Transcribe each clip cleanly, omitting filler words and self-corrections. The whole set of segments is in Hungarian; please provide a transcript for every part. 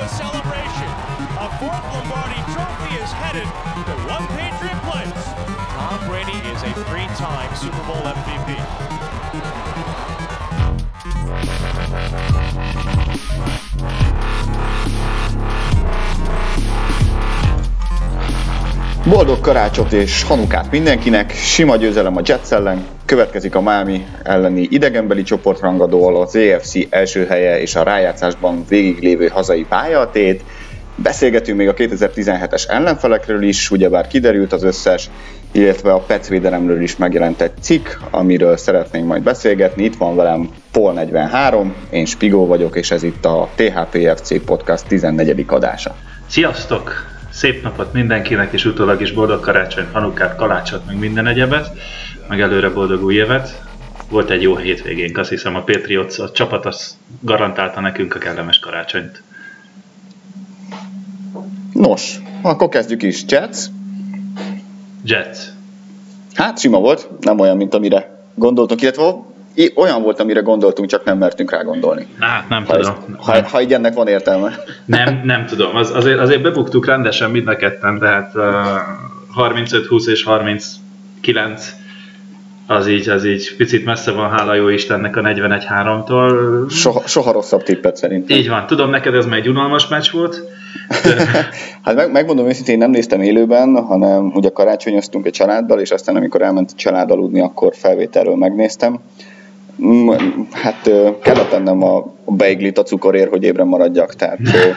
a celebration. A fourth Lombardi trophy is headed to one Patriot place. Tom Brady is a three-time Super Bowl MVP. Boldog karácsot és Hanukát mindenkinek, sima győzelem a Jets ellen, következik a Miami elleni idegenbeli csoportrangadó, az AFC első helye és a rájátszásban végiglévő hazai pályatét. Beszélgetünk még a 2017-es ellenfelekről is, ugyebár kiderült az összes, illetve a Pets védelemről is megjelent egy cikk, amiről szeretnénk majd beszélgetni. Itt van velem Paul 43, én Spigó vagyok, és ez itt a THPFC Podcast 14. adása. Sziasztok! Szép napot mindenkinek, és utólag is boldog karácsonyt, Hanukát, kalácsot, meg minden egyebet, meg előre boldog új évet. Volt egy jó hétvégénk, azt hiszem a Patriots, a csapat az garantálta nekünk a kellemes karácsonyt. Nos, akkor kezdjük is. Jets. Hát sima volt, nem olyan, mint amire gondoltunk, illetve olyan volt, amire gondoltunk, csak nem mertünk rá gondolni. Hát nem tudom. Ha így ennek van értelme. Nem tudom. Azért bebuktuk rendesen mind a ketten, tehát 35-20 és 39 az így picit messze van, hála jó Istennek a 41-3-tól. Soha rosszabb tippet szerintem. Így van. Tudom, neked ez már egy unalmas meccs volt. Hát megmondom őszintén, nem néztem élőben, hanem ugye karácsonyoztunk egy családdal, és aztán amikor elment a család aludni, akkor felvételről megnéztem. Hát kellett tennem a beiglit a cukorért, hogy ébren maradjak, tehát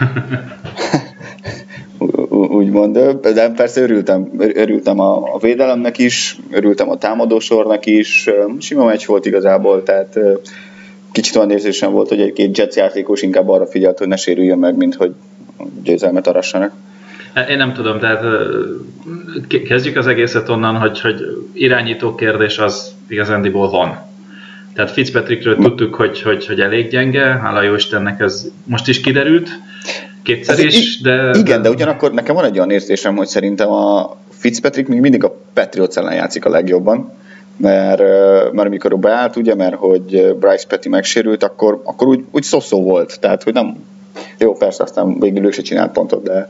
úgymond, de persze örültem a védelemnek is, örültem a támadósornak is, sima meccs volt igazából, tehát kicsit olyan érzésem volt, hogy egy-két Jets játékos inkább arra figyelt, hogy ne sérüljön meg, mint hogy győzelmet arassanak. Én nem tudom, tehát kezdjük az egészet onnan, hogy irányító kérdés az igazándiból van. Tehát Fitzpatrickről tudtuk, hogy elég gyenge, hála jó Istennek ez most is kiderült, kétszer is, de... Igen, de ugyanakkor nekem van egy olyan érzésem, hogy szerintem a Fitzpatrick még mindig a Patriots ellen játszik a legjobban, mert amikor beállt, ugye, mert hogy Bryce Petty megsérült, akkor úgy szó volt, tehát hogy nem... Jó, persze, aztán végül ő se csinált pontot, de...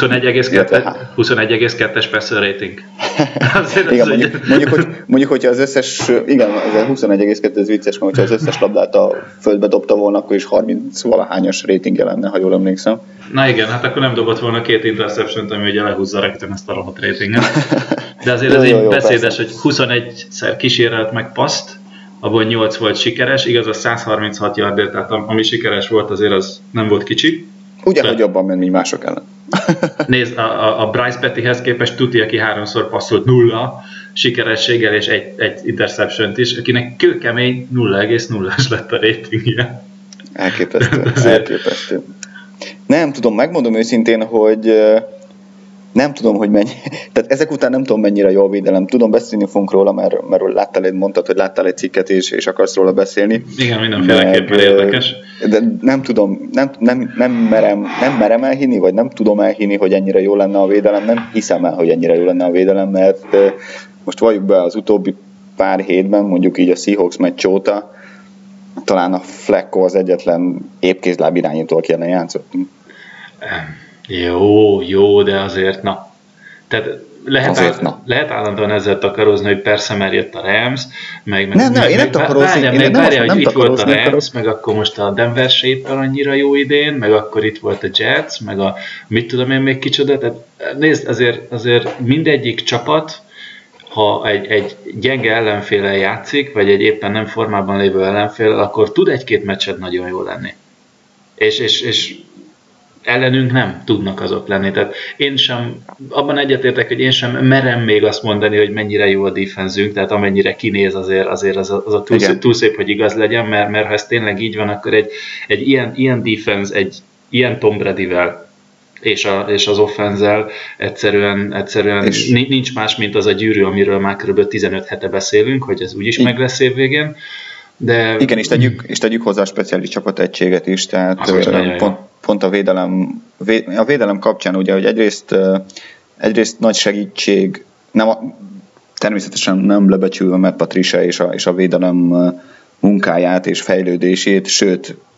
21,2-es passer rating. Igen, mondjuk, hogyha az összes... Igen, ez a 21,2 ez vicces, mert hogyha az összes labdát a földbe dobta volna, akkor is 30-valahányas ratingje lenne, ha jól emlékszem. Na igen, hát akkor nem dobott volna 2 interception-t, ami ugye lehúzza rögtön ezt a rohadt ratinget. De azért ez így beszédes, hogy 21-szer kísérelt meg paszt, abból 8 volt sikeres, igaz, a 136 yardért, tehát ami sikeres volt, azért az nem volt kicsi. Ugyanúgy jobban ment, mint mások ellen. Nézd, a Bryce Pettyhez képest Tuti, aki 3-szor passzolt 0 sikerességgel és egy interception-t is, akinek kőkemény 0,0-as lett a ratingje. Elképesztő. Nem tudom, megmondom őszintén, hogy nem tudom, hogy mennyi. Tehát ezek után nem tudom, mennyire jó a védelem. Tudom, beszélni fogunk róla, mert mondtad, hogy láttál egy cikket és akarsz róla beszélni. Igen, mindenféleképpen érdekes. De nem tudom, nem merem elhinni, vagy nem tudom elhinni, hogy ennyire jó lenne a védelem. Nem hiszem el, hogy ennyire jó lenne a védelem, mert most valljuk be, az utóbbi pár hétben, mondjuk így a Seahawks meccs óta, talán a Flacco az egyetlen épkézláb irányító, aki ellen játszott. Jó, de azért na. Tehát lehet állandóan ezzel takarózni, hogy persze, mert jött a Rams, meg én nem takarózni. Hogy itt volt a Rams, meg akkor most a Denver se éppen annyira jó idén, meg akkor itt volt a Jets, meg a mit tudom én még kicsoda. Tehát nézd, azért mindegyik csapat, ha egy gyenge ellenféllel játszik, vagy egy éppen nem formában lévő ellenféllel, akkor tud egy-két meccset nagyon jó lenni. És ellenünk nem tudnak azok lenni. Tehát én sem, abban egyetértek, hogy én sem merem még azt mondani, hogy mennyire jó a defenzünk, tehát amennyire kinéz azért az a túl szép, hogy igaz legyen, mert ha ez tényleg így van, akkor egy ilyen defense, egy ilyen Tom Bradyvel és az offenzel egyszerűen nincs más, mint az a gyűrű, amiről már kb. 15 hete beszélünk, hogy ez úgyis meg lesz évvégén. De... Igen, és tegyük hozzá a speciális csapategységet is, tehát pont a védelem kapcsán, ugye, hogy egyrészt nagy segítség, természetesen nem lebecsülve Matt Patricia és a védelem munkáját és fejlődését, sőt,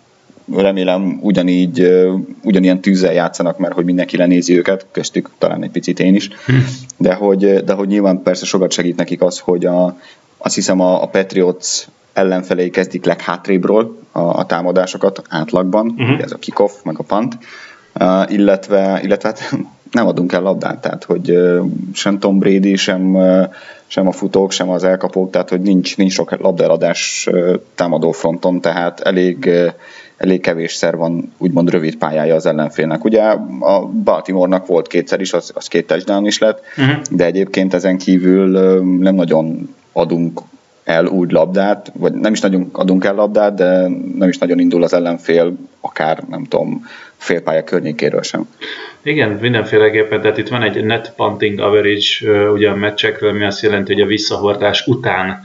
remélem ugyanilyen tűzzel játszanak, mert hogy mindenki lenézi őket, köztük talán egy picit én is, de hogy nyilván persze sokat segít nekik az, hogy azt hiszem a Patriots ellenfelei kezdik leghátrébről a támadásokat átlagban, ez a kickoff, meg a punt, illetve hát nem adunk el labdát, tehát hogy sem Tom Brady, sem a futók, sem az elkapók, tehát hogy nincs sok labdaeladás támadó fronton, tehát elég kevésszer van úgymond rövid pályája az ellenfélnek. Ugye a Baltimore-nak volt kétszer is, az 2 touchdown is lett, de egyébként ezen kívül nem nagyon adunk el úgy labdát, vagy nem is nagyon adunk el labdát, de nem is nagyon indul az ellenfél, akár nem tudom, félpálya környékéről sem. Igen, mindenféleképpen, tehát itt van egy net punting average ugye a meccsekről, ami azt jelenti, hogy a visszahordás után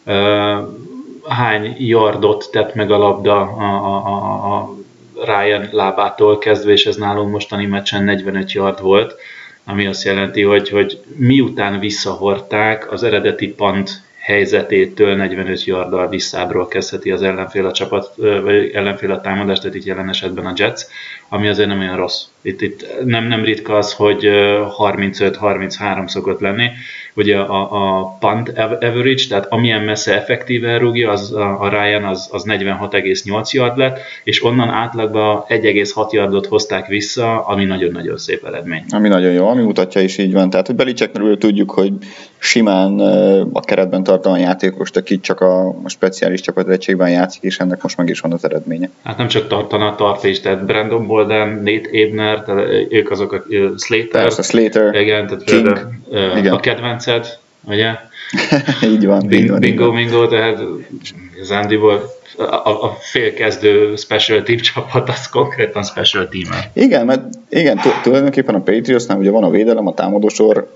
hány yardot tett meg a labda a Ryan lábától kezdve, és ez nálunk mostani meccsen 45 yard volt, ami azt jelenti, hogy miután visszahordták az eredeti punt helyzetétől 45 yarddal visszábbról kezdheti az ellenfél a csapat, vagy ellenfél a támadást, tehát itt jelen esetben a Jets, ami azért nem olyan rossz. Itt nem ritka az, hogy 35-33 szokott lenni. Ugye a punt average, tehát amilyen messze effektíve elrúgja, a Ryan az 46,8 yard lett, és onnan átlagban 1,6 yardot hozták vissza, ami nagyon-nagyon szép eredmény. Ami nagyon jó, ami mutatja is így van. Tehát, hogy Belichickről tudjuk, hogy simán a keretben tartalma játékost, aki csak a speciális csapategységben játszik, és ennek most meg is van az eredménye. Hát nem csak tart is, tehát Brandon Bolden, Nate Ebner, tehát ők azok a Slater. Persze, Slater, igen, tehát King, igen. A kedvenced, ugye? Így van. Bingo, tehát Zandiból a félkezdő special team csapat, az konkrétan special team-el. Igen, mert tulajdonképpen a Patriotsnál ugye van a védelem, a támadósor,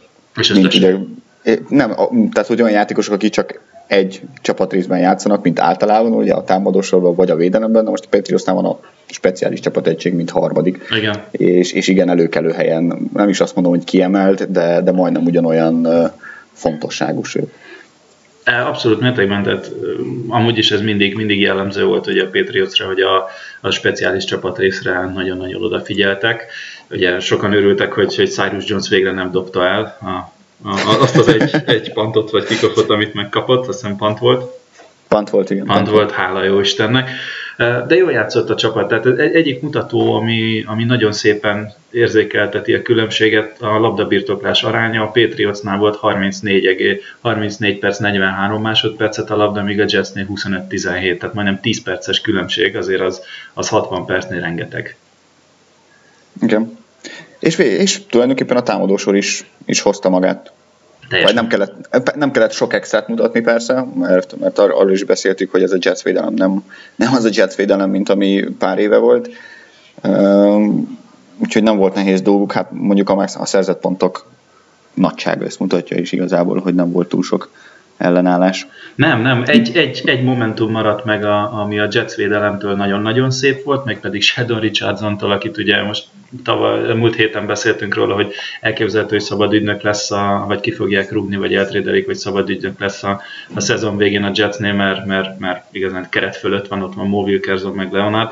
tehát hogy olyan játékosok, akik csak egy csapatrészben játszanak, mint általában, ugye a támadósorban vagy a védelemben, de most a Patriotsnál van a speciális csapategység, mint harmadik. Igen. És igen, előkelő helyen, nem is azt mondom, hogy kiemelt, de majdnem ugyanolyan fontosságú, sőt. Abszolút mértékben, tehát amúgy is ez mindig jellemző volt ugye a Patriotsra, hogy a speciális csapatrészre nagyon-nagyon odafigyeltek. Ugye sokan örültek, hogy Cyrus Jones végre nem dobta el azt az egy pantot vagy kickoffot, amit megkapott, azt hiszem pant volt. Pant volt, igen. Pant volt, hála jó Istennek. De jól játszott a csapat, tehát egyik mutató, ami nagyon szépen érzékelteti a különbséget, a labdabirtoklás aránya. A Patriotsnál volt 34 perc 43 másodpercet a labda, míg a Jetsnél 25-17, tehát majdnem 10 perces különbség, azért az 60 percnél rengeteg. Igen. És tulajdonképpen a támadósor is hozta magát. Vagy nem kellett sok extrát mutatni persze, mert arról is beszéltük, hogy ez a Jets védelem nem az a Jets védelem, mint ami pár éve volt. Úgyhogy nem volt nehéz dolguk, hát mondjuk a szerzett pontok nagysága ezt mutatja is igazából, hogy nem volt túl sok ellenállás. Nem, egy momentum maradt meg, ami a Jets védelemtől nagyon-nagyon szép volt, meg pedig Sheldon Richardsontól, akit ugye most múlt héten beszéltünk róla, hogy elképzelhető, hogy szabad ügynök lesz, vagy ki fogják rúgni, vagy eltrédelik, vagy szabad ügynök lesz a szezon végén a Jetsnél, mert igazán keret fölött van, ott van Mo Wilkerson, meg Leonard,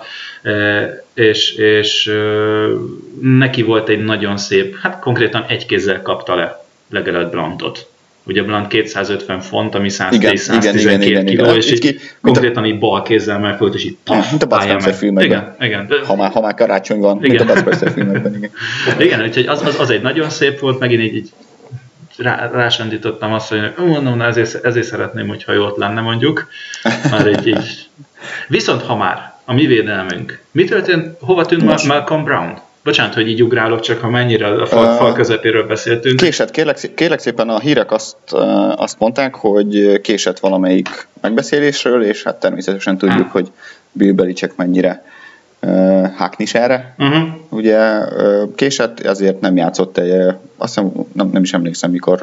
és neki volt egy nagyon szép, hát konkrétan egy kézzel kapta le legalább Blount-ot. Ugye Blount 250 font, ami 110-112 kiló, és konkrétan így bal kézzel megfogott, és így mint a Bud Spencer filmekben. Igen. Ha már karácsony van, igen. Mint a Bud Spencer filmekben. Igen, igen, úgyhogy az egy nagyon szép volt, megint így rásandítottam azt, hogy mondom, ezért szeretném, hogyha jó ott lenne mondjuk. Már így. Viszont ha már a mi védelmünk, mi történt, hova tűnt Malcolm Brown? Bocsánat, hogy így ugrálok, csak ha mennyire a fal közepéről beszéltünk. Késett, kérlek szépen, a hírek azt mondták, hogy késett valamelyik megbeszélésről, és hát természetesen tudjuk, hogy Bill Belichick mennyire háknis erre. Ugye késett, azért nem játszott azt hiszem, nem is emlékszem, mikor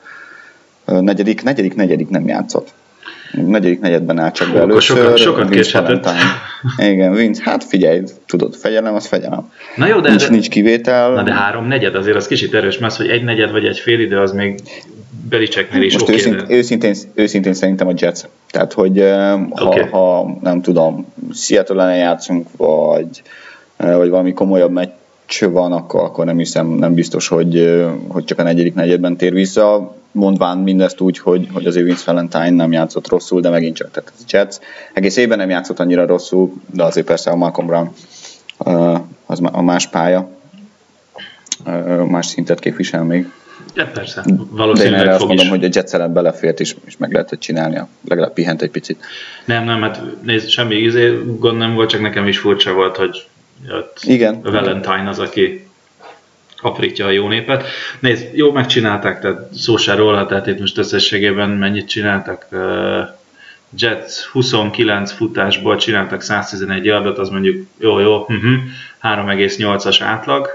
negyedik nem játszott. Negyedik negyedben állt csak be először. Sokat késhetett. Igen, Vince, hát figyelj, tudod, fegyelem, az fegyelem. Na jó, nincs kivétel. Na de 3/4, azért az kicsit erős, mert hogy 1/4 vagy egy fél idő, az még Belichicknél is most őszintén szerintem a Jets. Tehát, hogy ha nem tudom, Seattle-en játszunk, vagy valami komolyabb meccs van, akkor nem hiszem, nem biztos, hogy csak a negyedik negyedben tér vissza, mondván mindezt úgy, hogy azért Vince Valentine nem játszott rosszul, de megint csak, tehát a Jets egész évben nem játszott annyira rosszul, de azért persze a Malcolm Brown az a más pálya, más szintet képvisel még. Ja, persze, valószínűleg de én azt mondom, hogy a Jets ellen belefért, és meg lehetett csinálni, legalább pihent egy picit. Nem, hát nézd, semmi gond nem volt, csak nekem is furcsa volt, hogy igen. A Valentine az, aki aprítja a jó népet. Nézd, jó megcsinálták, tehát szó se róla, tehát itt most összességében mennyit csináltak. Jets 29 futásból csináltak 111 yardot, az mondjuk jó, 3,8-as átlag.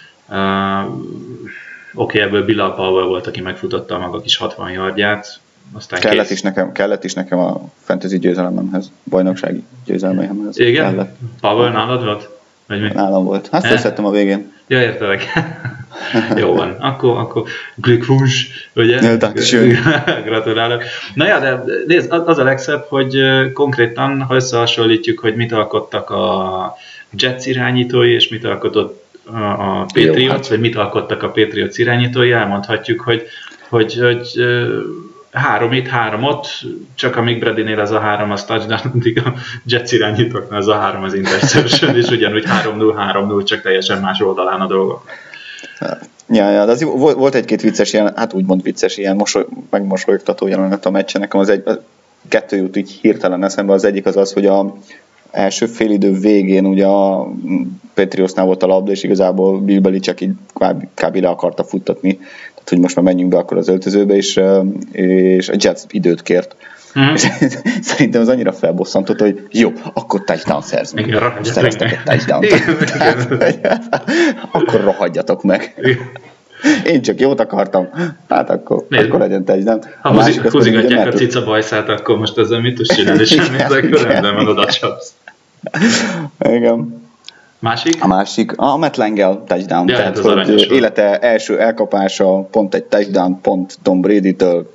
Oké, ebből Bilal Powell volt, aki megfutotta a maga kis 60 yardját. Aztán kellett is nekem a fantasy győzelememhez, bajnoksági győzelmeimhez. Igen? Kellett. Powell nálad volt? Vagy mi? Nálam volt. Hát felszettem a végén. Ja, értelek. Jó van. Akkor Glückwunsch, ugye? Gratulálok. Na ja, de nézd, az a legszebb, hogy konkrétan, ha összehasonlítjuk, hogy mit alkottak a Jets irányítói, és mit alkotott a Patriots, vagy mit alkottak a Patriots irányítói, elmondhatjuk, hogy 3 itt, 3 ott, csak amíg Bradynél ez a 3 az touchdown, addig a Jets irányítóknál ez a 3 az interception, és ugyanúgy 3-0, csak teljesen más oldalán a dolgok. Ja, de az volt egy-két vicces ilyen, hát úgymond vicces ilyen megmosolyogtató jelenet a meccsen. Nekem az kettő jut így hirtelen eszembe. Az egyik az, hogy a első félidő végén ugye a Patriotsnál volt a labda, és igazából Bill Belichick így kb. Le akarta futtatni, tehát hogy most már menjünk be akkor az öltözőbe, és a Jets időt kért. És szerintem az annyira felbosszantott, hogy jó, akkor touchdown szerzünk. Szereztek egy touchdown-t. Akkor rohadjatok meg. Én csak jót akartam, hát akkor legyen touchdown. Ha húzigatják a cica bajszát, akkor most ezzel mit tudsz csinálni? Semmit, akkor rendben van, oda csapsz. Igen. Másik? A másik, a Matt Langell touchdown, ja, tehát hogy élete első elkapása, pont egy touchdown, pont Tom Brady-től.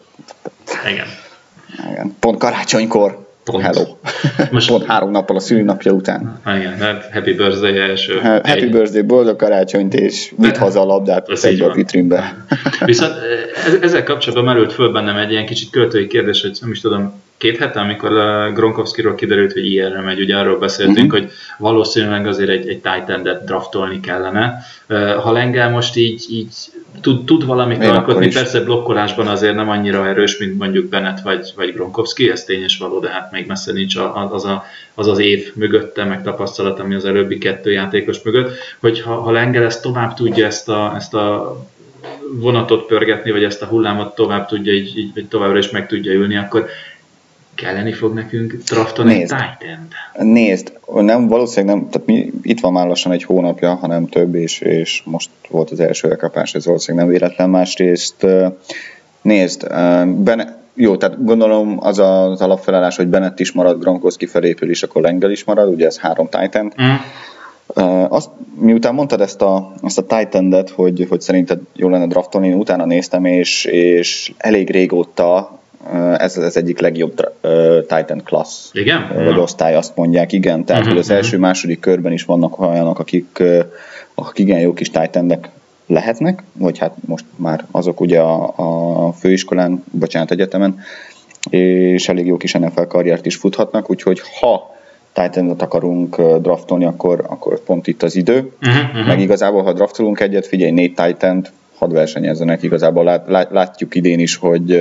Igen. Pont karácsonykor. Hello. Most pont 3 nappal a szülinapja után. Igen, hát happy birthday első. Happy birthday, boldog karácsonyt, és vitt haza a labdát egybe a vitrínbe. Viszont ezzel kapcsolatban merült föl bennem egy ilyen kicsit költői kérdés, hogy nem is tudom, 2 hete, amikor Gronkowskiról kiderült, hogy IR-re megy, ugye arról beszéltünk, hogy valószínűleg azért egy tight endet draftolni kellene. Ha Langell most így tud valamit alkotni, persze blokkolásban azért nem annyira erős, mint mondjuk Bennett vagy Gronkowski, ez tényes való, de hát még messze nincs az év mögötte, meg tapasztalat, ami az előbbi 2 játékos mögött, hogy ha Langell ezt tovább tudja ezt a vonatot pörgetni, vagy ezt a hullámot tovább tudja, így továbbra is meg tudja ülni, akkor kelleni fog nekünk draftolni egy tight end. Nézd, nem, valószínűleg nem, tehát itt van már lassan egy hónapja, hanem több, és most volt az első elkapás, ez valószínűleg nem véletlen. Másrészt nézd, jó, tehát gondolom az alapfelállás, hogy Bennett is marad, Gronkowski felépül, és akkor Langell is marad, ugye ez 3 tight end. Miután mondtad ezt a tight endet, hogy szerinted jó lenne draftolni, én utána néztem, és elég régóta ez az egyik legjobb tight end class. Igen? Vagy osztály, azt mondják, igen. Tehát, hogy az első-második körben is vannak olyanok, akik igen jó kis tight endek lehetnek, vagy hát most már azok ugye a főiskolán, egyetemen, és elég jó kis NFL karriert is futhatnak, úgyhogy ha tight endet akarunk draftolni, akkor pont itt az idő. Meg igazából, ha draftolunk egyet, figyelj, 4 tight end, hadd versenyezzenek, igazából látjuk idén is,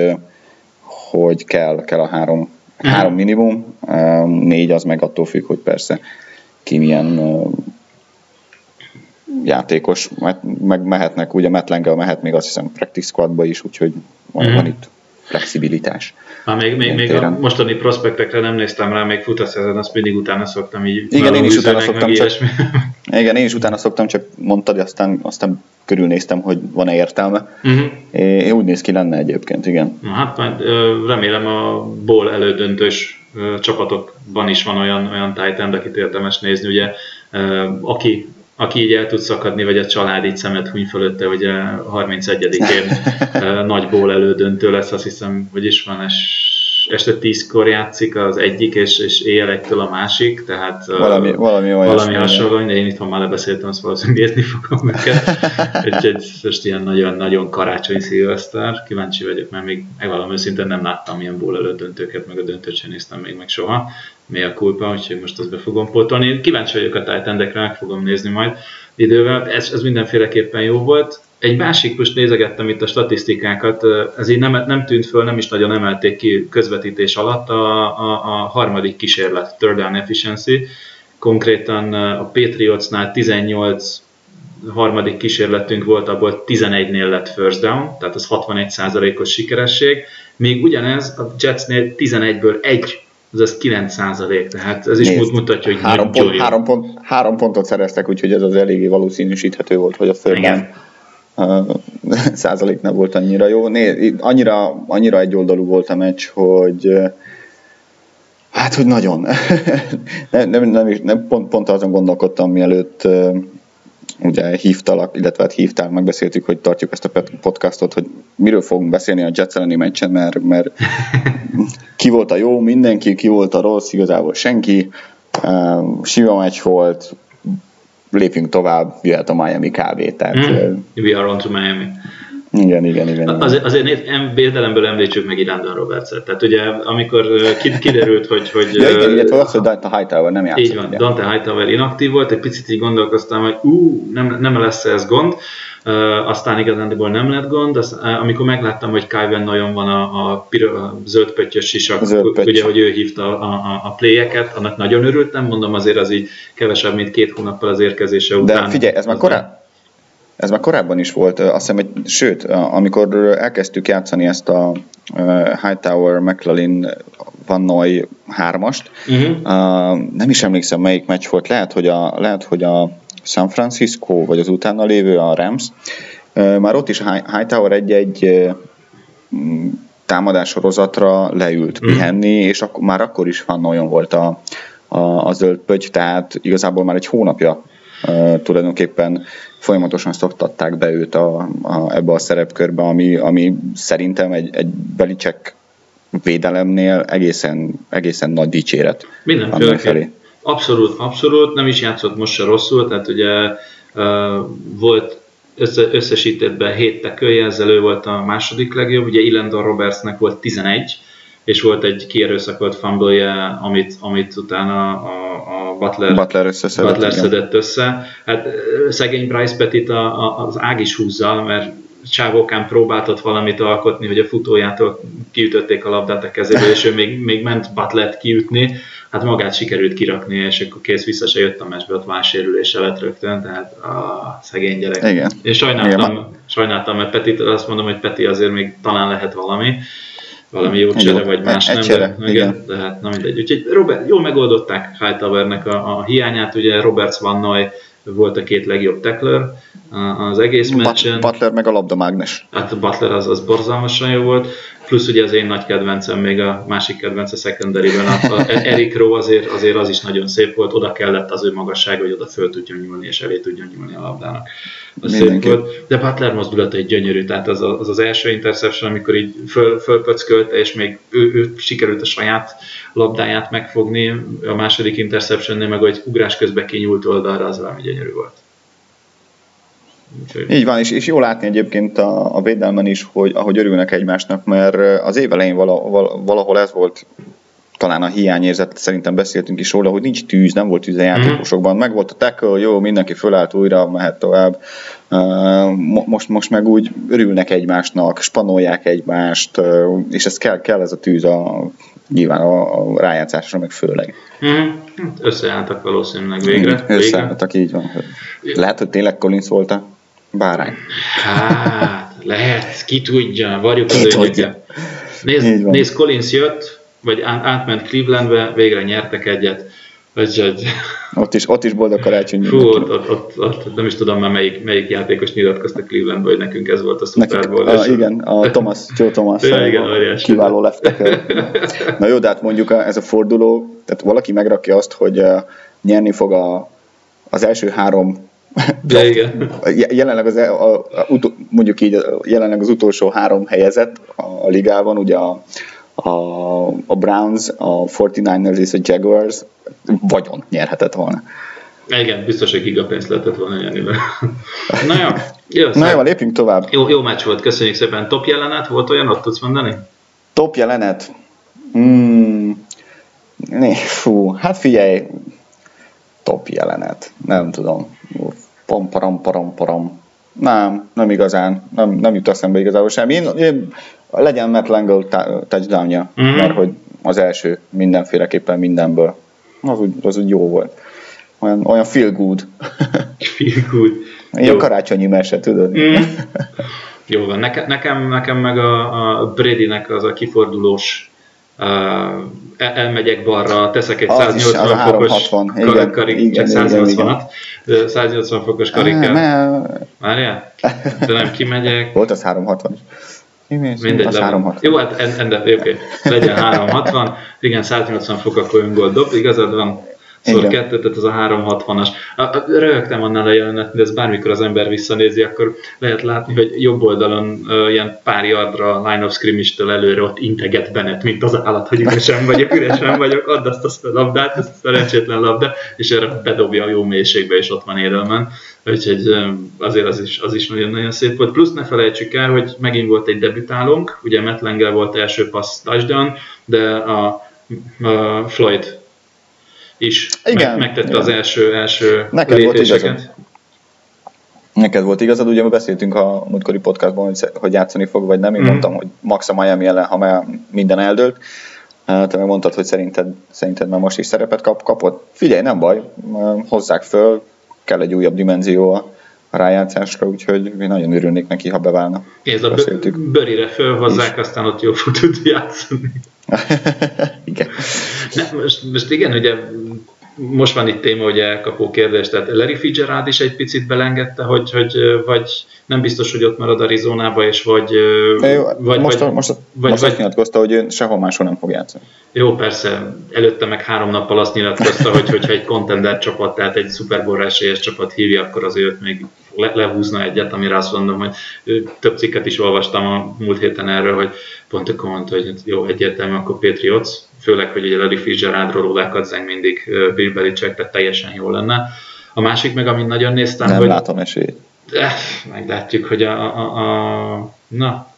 hogy kell a 3 minimum, 4 az meg attól függ, hogy persze ki milyen játékos, meg mehetnek, ugye Matt Langell mehet még azt hiszem practice squadba is, úgyhogy van itt flexibilitás. Még a mostani prospektekre nem néztem rá, még fut a szezon, azt mindig utána szoktam így. Igen, én is utána szoktam, csak mondtad, aztán körülnéztem, hogy van-e értelme. Én úgy néz ki lenne egyébként, igen. Na, hát remélem a bowl elődöntős csapatokban is van olyan tight end, akit érdemes nézni, ugye, aki aki így el tud szakadni, vagy a család így szemet huny fölötte, hogy a 31-én nagy ból elődöntő lesz, azt hiszem, hogy is van, este 10-kor játszik az egyik, és éjjel 1-től a másik, tehát valami hasonló, de én itthon már lebeszéltem, azt valószínűleg érni fogom őket. Úgyhogy most ilyen nagyon karácsony szilveszter, kíváncsi vagyok, mert még megvalami őszintén nem láttam ilyen ból előtt döntőket, meg a döntőt sem néztem még meg soha. Mi a kulpa, úgyhogy most azt be fogom pótolni. Kíváncsi vagyok a Titan-ekre, meg fogom nézni majd idővel. Ez mindenféleképpen jó volt. Egy másik, most nézegettem itt a statisztikákat, ez így nem tűnt föl, nem is nagyon emelték ki közvetítés alatt a harmadik kísérlet, third down efficiency. Konkrétan a Patriotsnál 18 harmadik kísérletünk volt, abból 11-nél lett first down, tehát az 61%-os sikeresség. Még ugyanez a Jetsnél 11-ből 1, az 9%, tehát ez is mutatja, hogy három pontot szereztek, úgyhogy ez az eléggé valószínűsíthető volt, hogy a third down százalék nem volt annyira jó. Annyira egyoldalú volt a meccs, hogy hát, hogy nagyon. nem pont azon gondolkodtam, mielőtt ugye hívtalak, illetve hát hívtál, megbeszéltük, hogy tartjuk ezt a podcastot, hogy miről fogunk beszélni a Jets elleni meccsen, mert ki volt a jó, mindenki, ki volt a rossz, igazából senki. Sima meccs volt, lépjünk tovább, jöhet a Miami kb. Tehát, we are on to Miami. Igen. Azért védelemből említsük meg Landon Robertset. Tehát ugye, amikor kiderült, hogy... illetve az, hogy Dante Hightower nem játszott. Így van, Dante Hightower inaktív volt, egy picit így gondolkoztam, hogy nem lesz ez gond. Aztán igazándiból nem lett gond. Amikor megláttam, hogy Kyle Van Noyon van a zöld pöttyös sisak, ugye, hogy ő hívta a playeket, annak nagyon örültem, mondom, azért az így kevesebb, mint 2 hónappal az érkezése után. De figyelj, ez már korábban is volt, azt hiszem, sőt, amikor elkezdtük játszani ezt a Hightower, McLaughlin, Van Noy 3-ast, nem is emlékszem, melyik meccs volt, lehet, hogy a San Francisco, vagy az utána lévő a Rams, már ott is Hightower egy támadássorozatra leült pihenni, és már akkor is Van Noyon volt a zöld pötty, tehát igazából már egy hónapja tulajdonképpen folyamatosan szoktatták be őt ebbe a szerepkörbe, ami szerintem egy Belichick védelemnél egészen nagy dicséret. Mindenféleképpen. Abszolút, nem is játszott most se rosszul, tehát ugye volt összesítettben 7 tackle-je, ezzel ő volt a második legjobb, ugye Landon Robertsnek volt 11, és volt egy kierőszakolt fumble-je, amit utána a Butler szedett össze. Hát szegény Bryce Pettit az ág is húzza, mert csávókán próbáltott valamit alkotni, hogy a futójától kiütötték a labdát a kezéből, és ő még ment Butlert kiütni, hát magát sikerült kirakni, és akkor kész vissza se jött a meccsbe, ott válsérülése lett rögtön, tehát szegény gyerek. Igen. És sajnáltam, mert Pettit, azt mondom, hogy Petti azért még talán lehet valami jó csere, vagy más nem, de hát nem mindegy. Úgyhogy jól megoldották Hightowernek a hiányát, ugye Roberts Van Noy volt a 2 legjobb tackler az egész meccsen. Butler meg a labdamágnes. Hát a Butler az borzalmasan jó volt, plusz ugye az én nagy kedvencem, még a másik kedvence secondary-ben, Eric Rowe azért az is nagyon szép volt, oda kellett az ő magassága, hogy oda föl tudjon nyúlni, és elé tudjon nyúlni a labdának. Az szép volt. De Butler mozdulata egy gyönyörű, tehát az első interception, amikor így fölpöckölte, és még ő sikerült a saját labdáját megfogni, a második interceptionnél meg, hogy ugrás közben kinyúlt oldalra, az valami gyönyörű volt. Így van, és jó látni egyébként a védelmen is, hogy ahogy örülnek egymásnak, mert az év elején valahol ez volt talán a hiányérzet, szerintem beszéltünk is róla, hogy nincs tűz, nem volt tűz a játékosokban, meg volt a tackle, jó, mindenki fölállt újra, mehet tovább. Most meg úgy örülnek egymásnak, spanolják egymást, és ez kell ez a tűz nyilván a rájátszásra, meg főleg. Összeálltak valószínűleg végre. Összeálltak, így van. Lehet, hogy tényleg Collins volt a bárány. Hát, lehet, ki tudja, varjuk az őnyöket. Nézd, Collins jött, vagy átment Clevelandbe, végre nyertek egyet. Ott is boldog karácsony. Ott nem is tudom már melyik játékos nyilatkozta Clevelandbe, hogy nekünk ez volt a Super Bowl. Igen, a Joe Thomas kiváló leftek. Na jó, de hát mondjuk ez a forduló, tehát valaki megrakja azt, hogy nyerni fog az első 3 De igen. Jelenleg mondjuk így jelenleg az utolsó 3 helyezett a ligában, ugye a Browns, a 49ers és a Jaguars vagyont nyerhetett volna. Igen, biztos, hogy gigapénzt lehetett volna nyerni. Na jó, lépjünk tovább. Jó meccs volt, köszönjük szépen. Top jelenet volt olyan, ott tudsz mondani? Top jelenet? Hát figyelj, top jelenet, nem tudom. Param. Nem igazán, nem jut eszembe igazából semmi. Én legyen Matt Langle touchdownja, mert hogy az első mindenféleképpen mindenből. Az úgy jó volt. Olyan feel good. Feel good. Ilyen karácsonyi mese, tudod? Jó van. Nekem meg a Bradynek az a kifordulós elmegyek balra, teszek egy 180 fokos karikát, 180 fokos karikát. Várjál? De nem kimegyek. Volt az 360. Mindegy, az 360. Jó, hát oké. Legyen 360. Igen, 180 fok, akkor öngolt dob. Igazad van. Szóval 2, tehát az a 360-as. Röhögtem annál a jelenet, de ez bármikor az ember visszanézi, akkor lehet látni, hogy jobb oldalon ilyen pár yardra line of scrimmage-től előre ott integet Bennett, mint az állat, hogy üresen vagyok, add azt a labdát, ezt a szerencsétlen labda, és erre bedobja a jó mélységbe, és ott van Edelman. Úgyhogy azért az is nagyon-nagyon szép volt. Plusz ne felejtsük el, hogy megint volt egy debütálónk, ugye Matt Langle volt első passz touchdown, de a Floyd is megtette az első lépéseket. Neked volt igazad, ugye beszéltünk a múltkori podcastban, hogy játszani fog, vagy nem. Én mondtam, hogy max a Miami ellen, ha már minden eldőlt. Te meg mondtad, hogy szerinted már most is szerepet kapott. Figyelj, nem baj, hozzák föl, kell egy újabb dimenzió a rájátszásra, úgyhogy én nagyon örülnék neki, ha beválna. Ez a Börire fölhozzák, aztán ott jól fog tudni játszani. Igen. Most igen, ugye most van itt téma, hogy elkapó kérdés, tehát Larry Fitzgerald is egy picit belengedte, hogy vagy nem biztos, hogy ott marad Arizonába, és most azt nyilatkozta, hogy ő sehol máshol nem fog játszani. Jó, persze, előtte meg 3 nappal azt nyilatkozta, hogyha egy contender csapat, tehát egy Super Bowl esélyes csapat hívja, akkor azért még lehúzna egyet, amire azt mondom, hogy több cikket is olvastam a múlt héten erről, hogy pont akkor mondta, hogy jó, egyértelmű, akkor Patriots, főleg, hogy ugye Larry Fitzgeraldról rólákat zeng mindig Bill Belichick, tehát teljesen jó lenne. A másik meg, amit nagyon néztem, nem látom esélyt. Meglátjuk, hogy a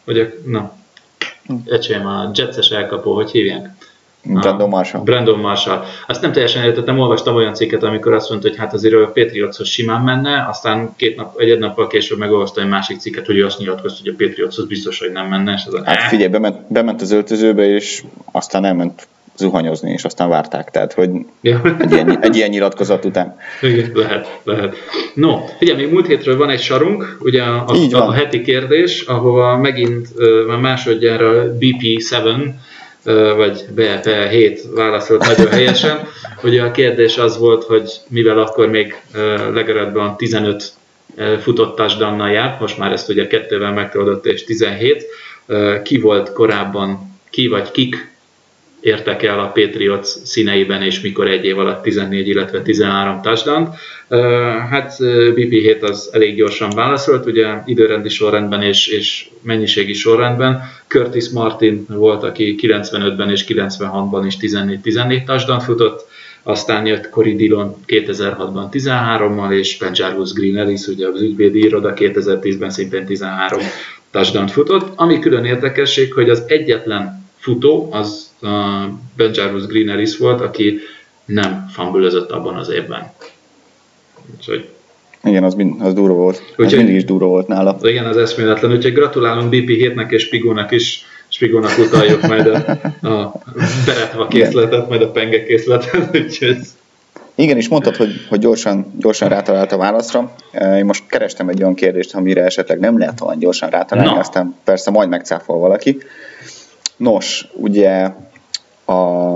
Jetses elkapó, hogy hívják? Brandon Marshall. Azt nem teljesen értettem, olvastam olyan cikket, amikor azt mondta, hogy hát azért a Patriotshoz simán menne, aztán egy nappal később megolvastam egy másik cikket, hogy ő azt nyilatkozta, hogy a Patriotshoz biztos, hogy nem menne. És figyelj, bement az öltözőbe, és aztán elment zuhanyozni, és aztán várták, tehát hogy egy ilyen nyilatkozat után. Igen, lehet. No, figyelj, még múlt hétről van egy sarunk, ugye a heti kérdés, ahova megint már másodjára BP7 vagy BP7 válaszolt nagyon helyesen. Ugye a kérdés az volt, hogy mivel akkor még legalábbban 15 futott touchdownnal járt, most már ezt ugye 2-vel megtoldott és 17. Ki volt korábban, vagy kik értek el a Patriots színeiben, és mikor egy év alatt 14, illetve 13 touchdown. Hát BP7 az elég gyorsan válaszolt, ugye időrendi sorrendben és mennyiségi sorrendben. Curtis Martin volt, aki 95-ben és 96-ban is 14 touchdown futott, aztán jött Corey Dillon 2006-ban 13-mal, és Penjarvus Green Ellis, ugye az ügyvédi iroda 2010-ben szintén 13 touchdown futott. Ami külön érdekesség, hogy az egyetlen futó az Penjarvus Green Ellis volt, aki nem fumble-özött abban az évben. Úgyhogy... Igen, az durva volt. Ez mindig is durva volt nála. Igen, az eszméletlen. Úgyhogy gratulálunk BP7-nek és Spigónak is. Spigónak utaljuk majd a beretva készletet, majd a penge készletet. Úgyhogy... Igen, és mondtad, hogy gyorsan rátalált a válaszra. Én most kerestem egy olyan kérdést, amire esetleg nem lehet olyan gyorsan rátalálni, aztán persze majd megcáfol valaki. Nos, ugye a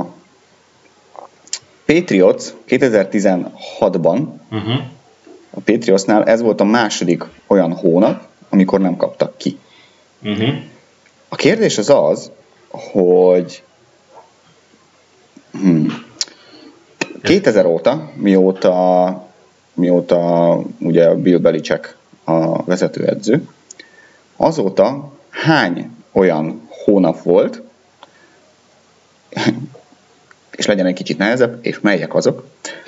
Patriots 2016-ban a Patriotsnál ez volt a második olyan hónap, amikor nem kaptak ki. A kérdés az, hogy 2000 óta, mióta mióta ugye Bill Belichick a vezetőedző, azóta hány olyan hónap volt, és legyen egy kicsit nehezebb, és melyek azok,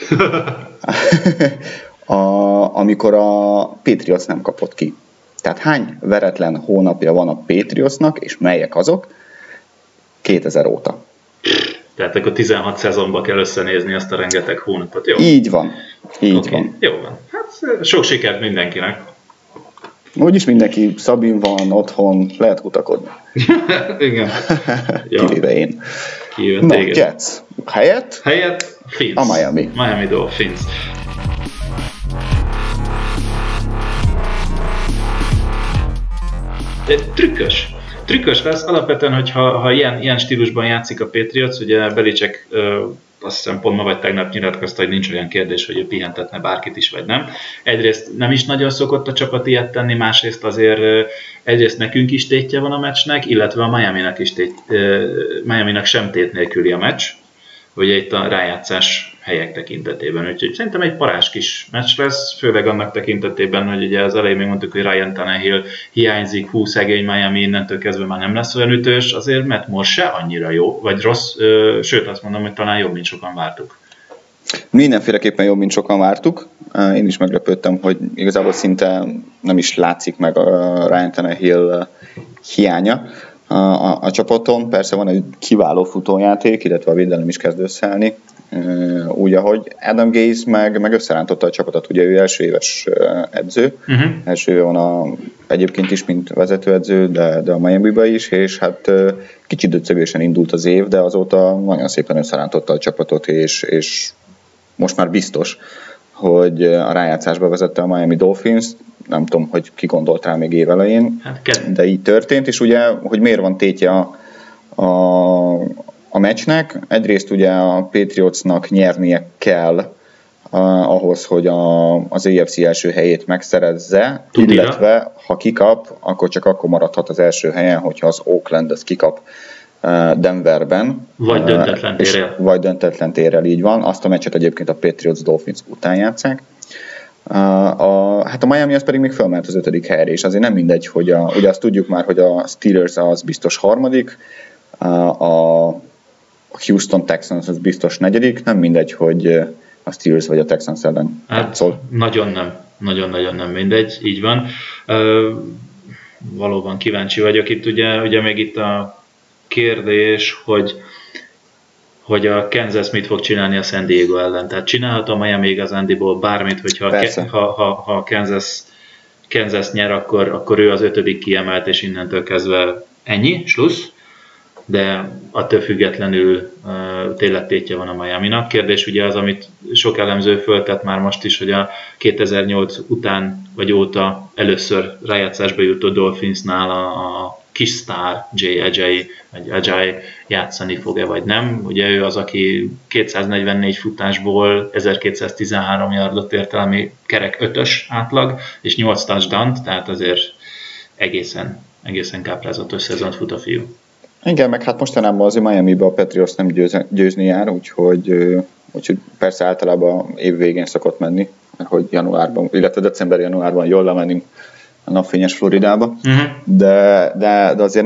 amikor a Patriots nem kapott ki. Tehát hány veretlen hónapja van a Patriotsnak, és melyek azok 2000 óta. Tehát akkor 16 szezonban kell összenézni azt a rengeteg hónapot, jó? Így van. Van. Jó van. Hát sok sikert mindenkinek. Úgyis mindenki Szabin van, otthon, lehet kutakodni. Igen. Kivéve én. Na, Jets. Helyett Fins. A Miami. Miami Dolphins. Trükkös lesz alapvetően, hogyha ilyen stílusban játszik a Patriots, ugye Belichick azt hiszem pont ma vagy tegnap nyilatkozta, hogy nincs olyan kérdés, hogy ő pihentetne bárkit is, vagy nem. Egyrészt nem is nagyon szokott a csapat ilyet tenni, másrészt azért egyrészt nekünk is tétje van a meccsnek, illetve a Miaminak sem tét nélküli a meccs, ugye itt a rájátszás helyek tekintetében. Úgyhogy szerintem egy parázs kis meccs lesz, főleg annak tekintetében, hogy ugye az elején még mondtuk, hogy Ryan Tannehill hiányzik, szegény Miami, innentől kezdve már nem lesz olyan ütős, azért Matt Moore se annyira jó, vagy rossz, sőt azt mondom, hogy talán jobb, mint sokan vártuk. Mindenféleképpen jobb, mint sokan vártuk. Én is meglepődtem, hogy igazából szinte nem is látszik meg a Ryan Tannehill hiánya a csapaton. Persze van egy kiváló futójáték, illetve a védelem is kezd összeállni. Úgy, ahogy Adam Gase meg összerántotta a csapatot, ugye ő első éves edző, első éve van egyébként is, mint vezetőedző, de a Miami-ba is, és hát kicsit döccögősen indult az év, de azóta nagyon szépen összerántotta a csapatot, és most már biztos, hogy a rájátszásba vezette a Miami Dolphins. Nem tudom, hogy ki gondolt rá még évelején, de így történt, és ugye, hogy miért van tétje a meccsnek. Egyrészt ugye a Patriotsnak nyernie kell ahhoz, hogy az AFC első helyét megszerezze, illetve ha kikap, akkor csak akkor maradhat az első helyen, hogyha az Oakland az kikap Denverben. Vagy döntetlen térrel, így van. Azt a meccset egyébként a Patriots Dolphins után játsszák. Hát a Miami az pedig még fölment az 5. helyre, és azért nem mindegy, hogy ugye azt tudjuk már, hogy a Steelers az biztos 3., a Houston Texans az biztos 4., nem mindegy, hogy a Steelers vagy a Texans ellen játszol. Nagyon nem mindegy, így van. Valóban kíváncsi vagyok itt, ugye még itt a kérdés, hogy a Kansas mit fog csinálni a San Diego ellen. Tehát csinálhat a Miami igazándiból bármit, hogyha ha Kansas nyer, akkor ő az 5. kiemelt, és innentől kezdve ennyi, slussz. De attól függetlenül tényleg tétje van a Miaminak. Kérdés ugye az, amit sok elemző föltett már most is, hogy a 2008 után vagy óta először rájátszásba jutott Dolphinsnál a kis sztár Jay Ajayi játszani fog-e vagy nem. Ugye ő az, aki 244 futásból 1213 yardot ért el, ami kerek 5-ös átlag, és 8 touchdown, tehát azért egészen káprázatos szezont fut a fiú. Igen, meg hát mostanában azért Miami-ba a Patriots nem győzni jár, úgyhogy persze általában év végén szokott menni, hogy januárban, illetve december-januárban jól lemenni a napfényes Floridába, de azért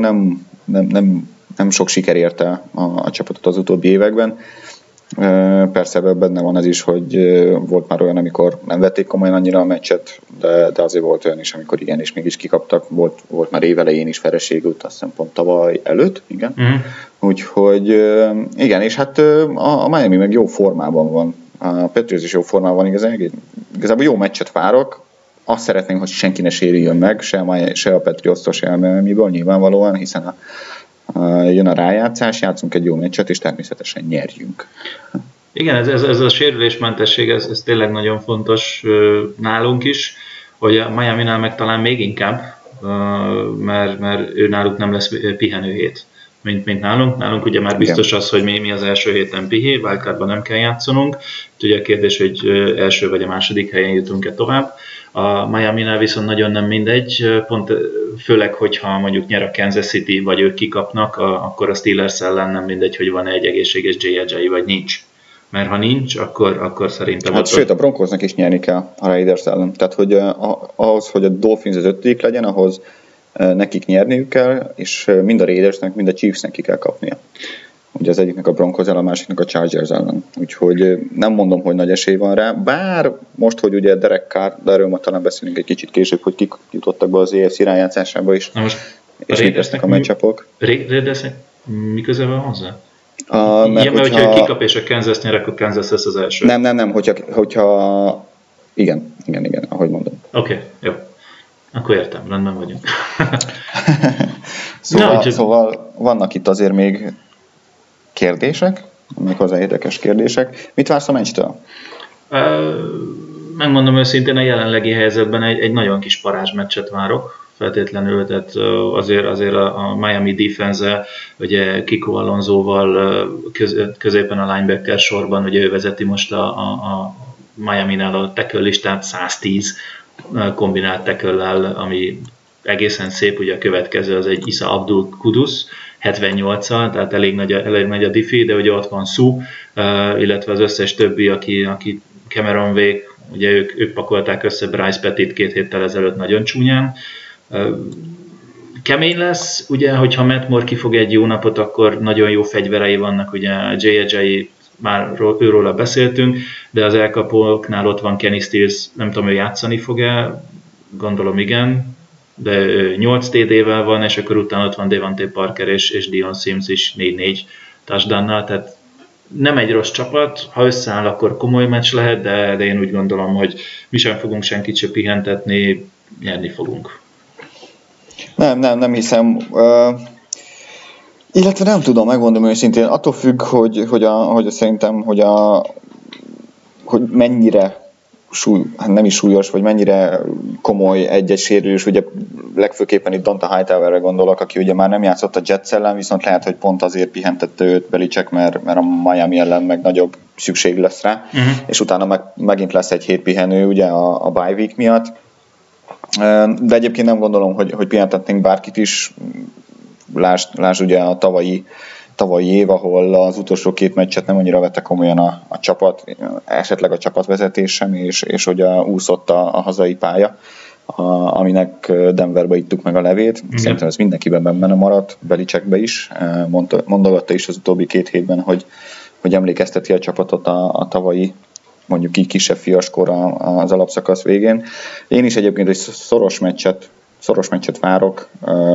nem sok siker érte a csapatot az utóbbi években. Persze benne van az is, hogy volt már olyan, amikor nem vették komolyan annyira a meccset, de azért volt olyan is, amikor igen, és mégis kikaptak. Volt már évelején is vereségült, azt hiszem pont tavaly előtt, igen. Úgyhogy igen, és hát a Miami meg jó formában van. A Patriots is jó formában van, igazából jó meccset várok. Azt szeretnénk, hogy senki ne sérüljön meg, se a Patriots-tól, se a Miami-ból nyilvánvalóan, hiszen jön a rájátszás, játszunk egy jó meccset, és természetesen nyerjünk. Igen, ez a sérülésmentesség, ez tényleg nagyon fontos nálunk is, hogy a Miami-nál meg talán még inkább, mert ő náluk nem lesz pihenőhét, mint nálunk. Nálunk ugye már biztos az, hogy mi az első héten pihé, wildcardban nem kell játszanunk. Ugye a kérdés, hogy első vagy a második helyen jutunk-e tovább. A Miami-nál viszont nagyon nem mindegy, pont főleg, hogyha mondjuk nyer a Kansas City, vagy ők kikapnak, akkor a Steelers ellen nem mindegy, hogy van egy egészséges Jay Ajayi, vagy nincs. mert ha nincs, akkor szerintem... Hát sőt, a Broncosnak is nyerni kell a Raiders ellen. Tehát, hogy ahhoz, hogy a Dolphins az 5. legyen, ahhoz nekik nyerniük kell, és mind a Raidersnek, mind a Chiefsnek ki kell kapnia. Ugye az egyiknek a Broncos ellen, a másiknak a Chargers ellen. Úgyhogy nem mondom, hogy nagy esély van rá, bár most, hogy ugye Derek Carr, de erről ma talán beszélünk egy kicsit később, hogy kik jutottak be az AFC rájátszásába is. Na most és mit lesznek a matchupok. Raidersnek mi köze van hozzá? Mert hogyha kikap és a Kansas nyer, akkor Kansas lesz az első. Nem, hogyha igen, ahogy mondom. Oké, jó. Akkor értem, rendben vagyunk. Szóval vannak itt azért még kérdések, méghozzá érdekes kérdések. Mit vársz a meccstől? Megmondom őszintén, a jelenlegi helyzetben egy nagyon kis parázsmeccset várok. Feltétlenül, tehát azért a Miami defense, ugye Kiko Alonsoval középen a linebacker sorban, ugye ő vezeti most a Miami-nál a tackle listát 110 kombinált tackle-lel, ami egészen szép, ugye a következő az egy Isa Abdul Kudus 78-al, tehát elég nagy a diffi, de ugye ott van Sue, illetve az összes többi, aki Cameron Wake, ugye ők pakolták össze Bryce Pettit 2 héttel ezelőtt nagyon csúnyán. Kemény lesz, ugye, hogyha Matt Moore kifog egy jó napot, akkor nagyon jó fegyverei vannak, ugye Jay Ajayi, már őróla beszéltünk, de az elkapóknál ott van Kenny Stills, nem tudom, ő játszani fog-e, gondolom igen, de 8 TD-vel van, és akkor utána ott van Devante Parker és Dion Sims is 4-4 touchdownnal, tehát nem egy rossz csapat, ha összeáll, akkor komoly meccs lehet, de én úgy gondolom, hogy mi sem fogunk senkit se pihentetni, nyerni fogunk. Nem hiszem. Illetve nem tudom, megmondom őszintén, attól függ, hogy szerintem, hogy mennyire nem is súlyos, vagy mennyire komoly egy-egy sérülés, ugye legfőképpen itt Donta Hightowerre gondolok, aki ugye már nem játszott a Jets ellen, viszont lehet, hogy pont azért pihentette őt Belichick, mert a Miami ellen meg nagyobb szükség lesz rá, és utána megint lesz egy hét pihenő ugye a bye week miatt. De egyébként nem gondolom, hogy pihentetnénk bárkit is. Lásd ugye a tavalyi év, ahol az utolsó 2 meccset nem annyira vette komolyan a csapat, esetleg a csapatvezetés sem, és hogy úszott a hazai pálya, aminek Denverbe ittuk meg a levét. Szerintem ez mindenkiben benne maradt, Belichickbe is. Mondogatta is az utóbbi 2 hétben, hogy emlékezteti a csapatot a tavalyi, mondjuk így kisebb fiaskor az alapszakasz végén. Én is egyébként egy szoros meccset várok.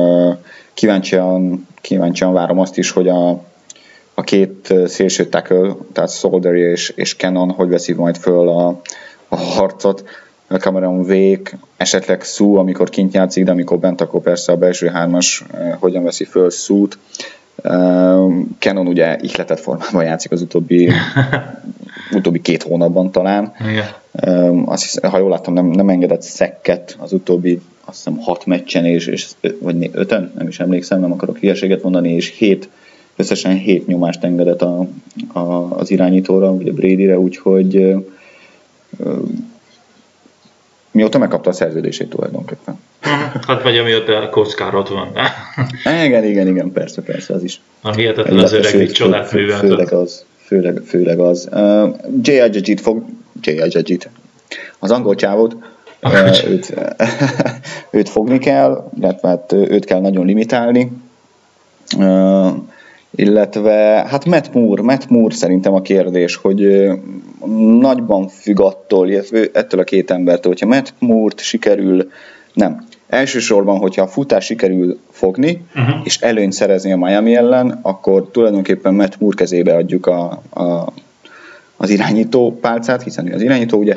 Kíváncsian várom azt is, hogy a 2 szélső tackle, tehát Soldery és Cannon hogy veszi majd föl a harcot. Cameron Wake, esetleg Sue, amikor kint játszik, de amikor bent, akkor persze a belső 3-as hogyan veszi föl Sue-t. Cannon ugye ihletett formában játszik az utóbbi 2 hónapban talán. Azt hiszem, ha jól láttam, nem engedett szekket az utóbbi, azt hiszem 6 meccsen, vagy 5-ön, nem is emlékszem, nem akarok hülyeséget mondani, és összesen 7 nyomást engedett az irányítóra, ugye Bradyre, úgyhogy mióta megkapta a szerződését tulajdonképpen. Hát vagy amióta a Kockár ott van. Igen, persze, az is. A hihetetlen az öreg, egy csodát műveltet. Főleg az. Jay Ajajit, az angol csávót, őt fogni kell, illetve hát őt kell nagyon limitálni. Illetve hát Matt Moore szerintem a kérdés, hogy nagyban függ ettől a 2 embertől, hogyha Matt Moore-t sikerül, elsősorban, hogyha a futás sikerül fogni, és előnyt szerezni a Miami ellen, akkor tulajdonképpen Matt Moore kezébe adjuk az irányító pálcát, hiszen ő az irányító, ugye,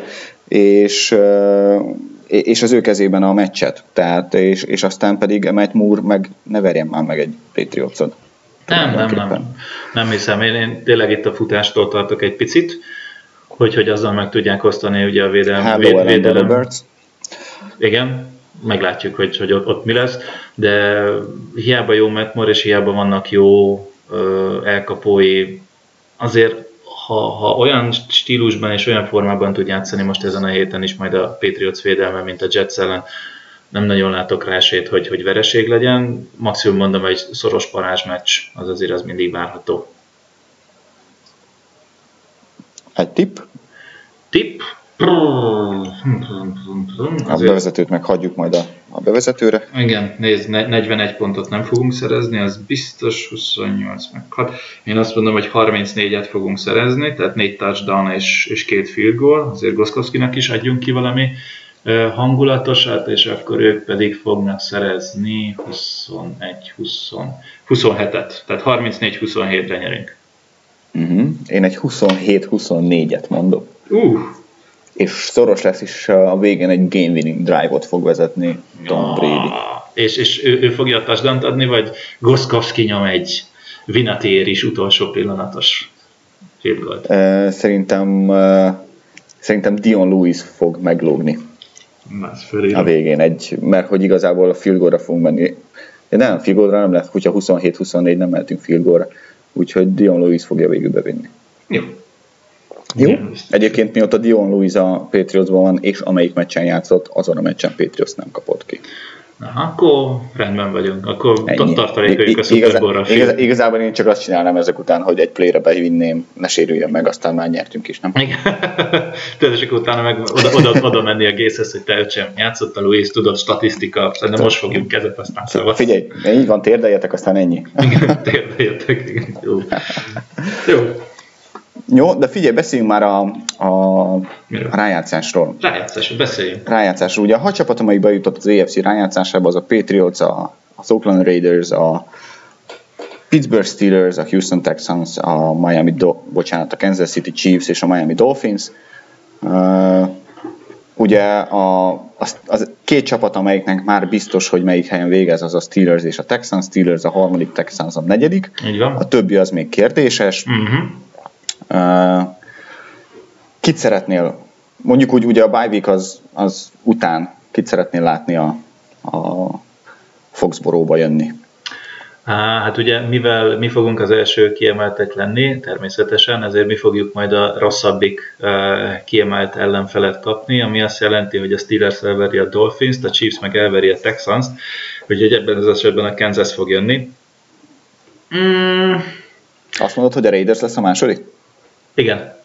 és az ő kezében a meccset, tehát, és aztán pedig Matt Moore meg ne verjen már meg egy Patriotsot. Nem hiszem, én tényleg itt a futástól tartok egy picit, hogy azzal meg tudják osztani ugye a védelem. Igen, meglátjuk, hogy ott mi lesz, de hiába jó Matt Moore, és hiába vannak jó elkapói, azért ha olyan stílusban és olyan formában tud játszani most ezen a héten is majd a Patriots védelme, mint a Jets ellen, nem nagyon látok rá esélyt, hogy vereség legyen. Maximum mondom, egy szoros parázsmeccs, az azért mindig várható. Egy tipp? Tipp? A bevezetőt meg hagyjuk majd a bevezetőre. Igen, nézd, 41 pontot nem fogunk szerezni, az biztos, 28 meg 6. Én azt mondom, hogy 34-et fogunk szerezni, tehát 4 touchdown és 2 field goal. Azért Gostkowskinak is adjunk ki valami hangulatosat, és akkor ők pedig fognak szerezni 27-et. Tehát 34-27-re nyerünk. Én egy 27-24-et mondok. És szoros lesz, és a végén egy game-winning drive-ot fog vezetni Tom Brady. És ő fogja a touchdown-t adni, vagy Gostkowski nyom egy Vinatieri is utolsó pillanatos field goalt? Szerintem Dion Lewis fog meglógni a végén, mert hogy igazából a field goalra fogunk menni. De nem, field goalra nem lehet, hogyha 27-24 nem mehetünk field goalra, úgyhogy Dion Lewis fogja végül bevinni. Jó? Egyébként mióta Dion Lewis a Patriotsban van, és amelyik meccsen játszott, azon a meccsen Patriots nem kapott ki. Na, akkor rendben vagyunk. Akkor tartalékoljuk a Super Bowl-ra. Igazából én csak azt csinálnám ezek után, hogy egy playre bevinném, ne sérüljön meg, aztán már nyertünk is, nem? Igen. Tudod, és akkor utána meg oda menni a gészhez, hogy te öcsém, játszott a Louis, tudod, statisztika, de most fogjuk kezet, aztán szavaz. Figyelj, így van, térdeljetek, aztán ennyi. Igen, térdeljetek. Jó. Jó, de figyelj, beszéljünk már a rájátszásról. Rájátszásról. Ugye a 6 csapat, amelyik bejutott az AFC rájátszásába, az a Patriots, az Oakland Raiders, a Pittsburgh Steelers, a Houston Texans, a a Kansas City Chiefs és a Miami Dolphins. Ugye az 2 csapat, amelyiknek már biztos, hogy melyik helyen végez, az a Steelers és a Texans. Steelers a 3., Texans a 4. A többi az még kérdéses. Kit szeretnél, mondjuk úgy ugye a bye week az után, kit szeretnél látni a Foxborough-ba jönni? Hát ugye, mivel mi fogunk az első kiemeltek lenni, természetesen, ezért mi fogjuk majd a rosszabbik kiemelt ellenfelet kapni, ami azt jelenti, hogy a Steelers elveri a Dolphins-t, a Chiefs meg elveri a Texans-t, úgyhogy ebben az esetben a Kansas fog jönni. Azt mondod, hogy a Raiders lesz a második? Igen.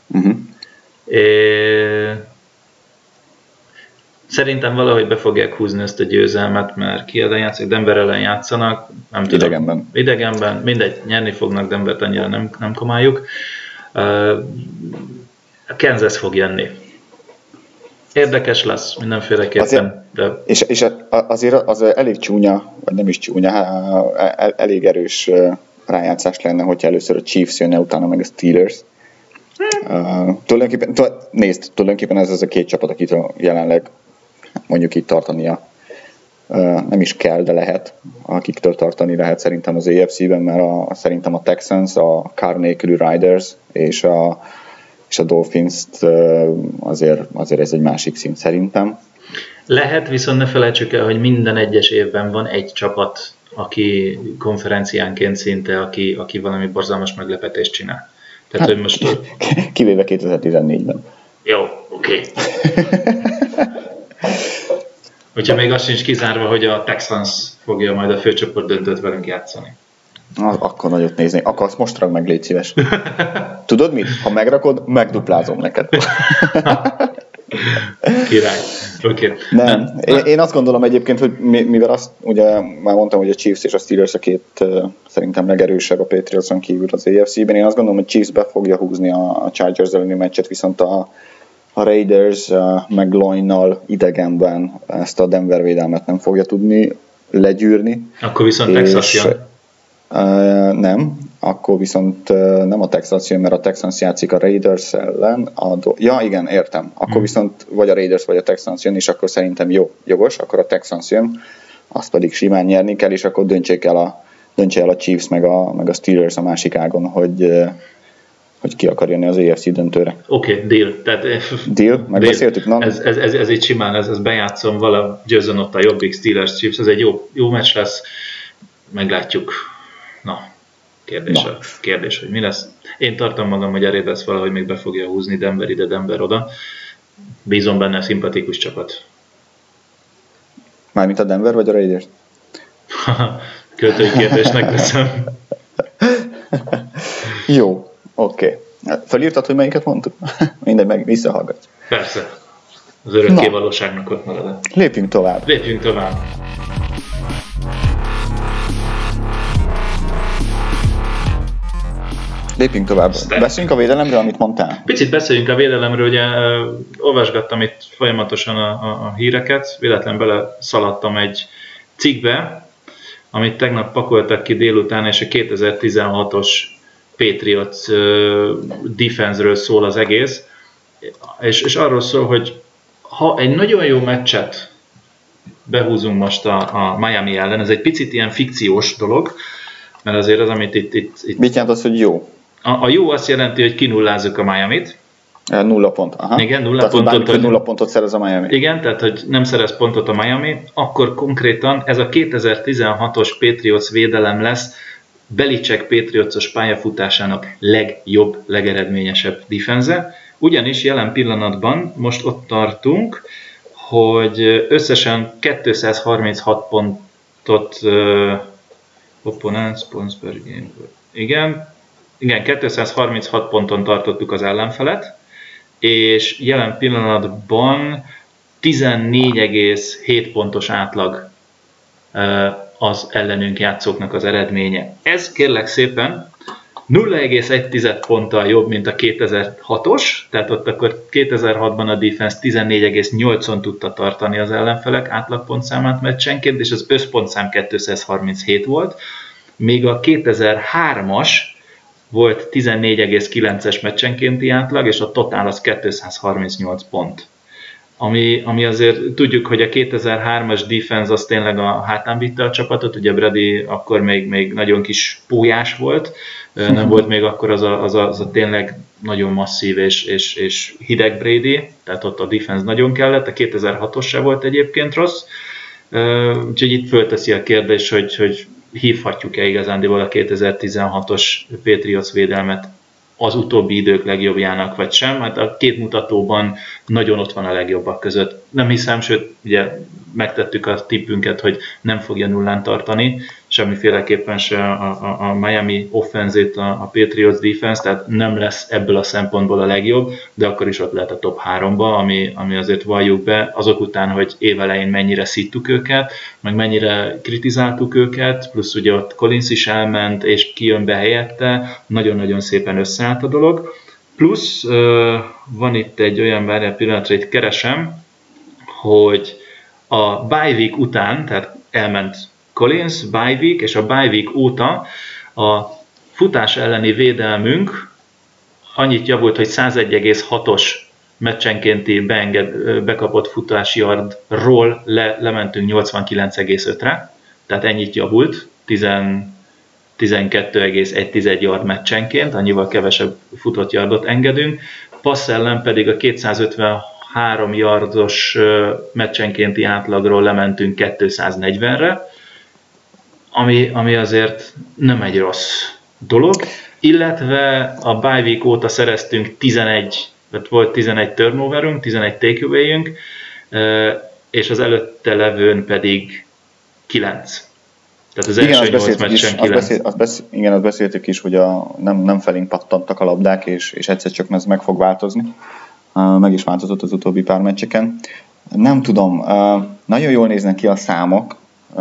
Szerintem valahogy be fogják húzni ezt a győzelmet, mert ki ellen játszik, Denver ellen játszanak, nem tudom. Idegenben, mindegy, nyerni fognak, Denvert annyira nem komáljuk. A Kansas fog jönni. Érdekes lesz mindenféleképpen. És azért az elég csúnya, vagy nem is csúnya, elég erős rájátszás lenne, hogyha először a Chiefs jönne, utána meg a Steelers. Tulajdonképpen ez az a 2 csapat, akit jelenleg mondjuk itt tartania nem is kell, de lehet, akiktől tartani lehet szerintem az AFC-ben, mert szerintem a Texans, a Carr nélkülű Riders és a Dolphins-t azért ez egy másik szint szerintem. Lehet, viszont ne felejtsük el, hogy minden egyes évben van egy csapat, aki konferenciánként szinte, aki valami borzalmas meglepetést csinál. Tehát, hogy most... Kivéve 2014-ben. Jó, oké. Hogyha még azt sincs kizárva, hogy a Texans fogja majd a főcsoport döntőt velünk játszani. Akkor nagyot nézni. Akarsz most rag meg, légy szíves. Tudod mit? Ha megrakod, megduplázom neked. Király. Okay. Nem. Én azt gondolom egyébként, hogy mivel azt ugye már mondtam, hogy a Chiefs és a Steelers a 2 szerintem legerősebb a Patriotson kívül az AFC-ben. Én azt gondolom, hogy Chiefs be fogja húzni a Chargers elleni meccset, viszont a Raiders meg Lloyd-nal idegenben ezt a Denver védelmet nem fogja tudni legyűrni. Akkor viszont Texas jön. Nem, akkor viszont nem a Texans jön, mert a Texans játszik a Raiders ellen. Ja, igen, értem. Akkor viszont vagy a Raiders, vagy a Texans jön, és akkor szerintem jogos, akkor a Texans jön, azt pedig simán nyerni kell, és akkor döntse el a Chiefs meg a Steelers a másik ágon, hogy ki akar jönni az AFC döntőre. Oké, deal. Deal? Megbeszéltük? Ez így simán, ez bejátszom, vala győzön ott a jobbik Steelers Chiefs, ez egy jó meccs lesz, meglátjuk. Na, kérdés, hogy mi lesz. Én tartom magam, hogy a Raiders valahogy még be fogja húzni Denver ide, Denver oda. Bízom benne, szimpatikus csapat. Mármint a Denver vagy a Raiders? Költői kérdésnek veszem. Jó, oké. Felírtad, hogy melyiket mondtuk? Mindegy, meg visszahallgatsz. Persze. Az örökké valóságnak ott marad. Lépjünk tovább. Lépjünk tovább. Beszéljünk a védelemről, amit mondtál? Picit beszéljünk a védelemről, ugye olvasgattam itt folyamatosan a híreket, véletlenül bele szaladtam egy cikkbe, amit tegnap pakoltak ki délután, és a 2016-os Patriots defense-ről szól az egész, és arról szól, hogy ha egy nagyon jó meccset behúzunk most a Miami ellen, ez egy picit ilyen fikciós dolog, mert azért az, amit itt... Mit jelent az, hogy jó? A jó azt jelenti, hogy kinullázzuk a Miamit. 0 pont. Aha. Igen, 0 tehát, pontot. Tehát 0 pontot szerez a Miami. Igen, tehát hogy nem szerez pontot a Miami, akkor konkrétan ez a 2016-os Patriots védelem lesz Belichick Patriotsos pályafutásának legjobb, legeredményesebb defense. Ugyanis jelen pillanatban most ott tartunk, hogy összesen 236 pontot opponents points per game. Igen, 236 ponton tartottuk az ellenfelet, és jelen pillanatban 14,7 pontos átlag az ellenünk játszóknak az eredménye. Ez kérlek szépen 0,1 ponttal jobb, mint a 2006-os, tehát ott akkor 2006-ban a defense 14,8-on tudta tartani az ellenfelek átlagpontszámát meccsenként, és az összpontszám 237 volt, míg a 2003-as volt 14,9-es meccsenkénti átlag, és a totál az 238 pont. Ami azért tudjuk, hogy a 2003-as defense az tényleg a hátán vitte a csapatot, ugye Brady akkor még nagyon kis pólyás volt, nem volt még akkor az a tényleg nagyon masszív és hideg Brady, tehát ott a defense nagyon kellett, a 2006-os se volt egyébként rossz, úgyhogy itt fölteszi a kérdés, hogy hívhatjuk-e igazándiból a 2016-os Patriots védelmet az utóbbi idők legjobbjának, vagy sem. Hát a két mutatóban nagyon ott van a legjobbak között. Nem hiszem, sőt, ugye megtettük a tippünket, hogy nem fogja nullán tartani, semmiféleképpen se a Miami offenzét a Patriots defense, tehát nem lesz ebből a szempontból a legjobb, de akkor is ott lehet a top 3-ba, ami azért valljuk be, azok után, hogy évelején mennyire szittuk őket, meg mennyire kritizáltuk őket, plusz ugye ott Collins is elment, és kijön be helyette, nagyon-nagyon szépen összeállt a dolog. Plusz van itt egy olyan, várjál pillanatra, itt keresem, hogy a bye week után, tehát elment Collins, bye week, és a bye week óta a futás elleni védelmünk annyit javult, hogy 101,6-os meccsenkénti bekapott futási yardról lementünk 89,5-re, tehát ennyit javult, 12,1 yard meccsenként, annyival kevesebb futott yardot engedünk, passz ellen pedig a 253 yardos meccsenkénti átlagról lementünk 240-re, ami azért nem egy rossz dolog, illetve a bye week óta szereztünk 11 turnoverünk, 11 takeaway-ünk, és az előtte levőn pedig 9. Tehát az első 8 meccsen 9. Azt beszéltük is, hogy nem felénk pattantak a labdák, és egyszer csak ez meg fog változni. Meg is változott az utóbbi pár meccseken. Nem tudom, nagyon jól néznek ki a számok,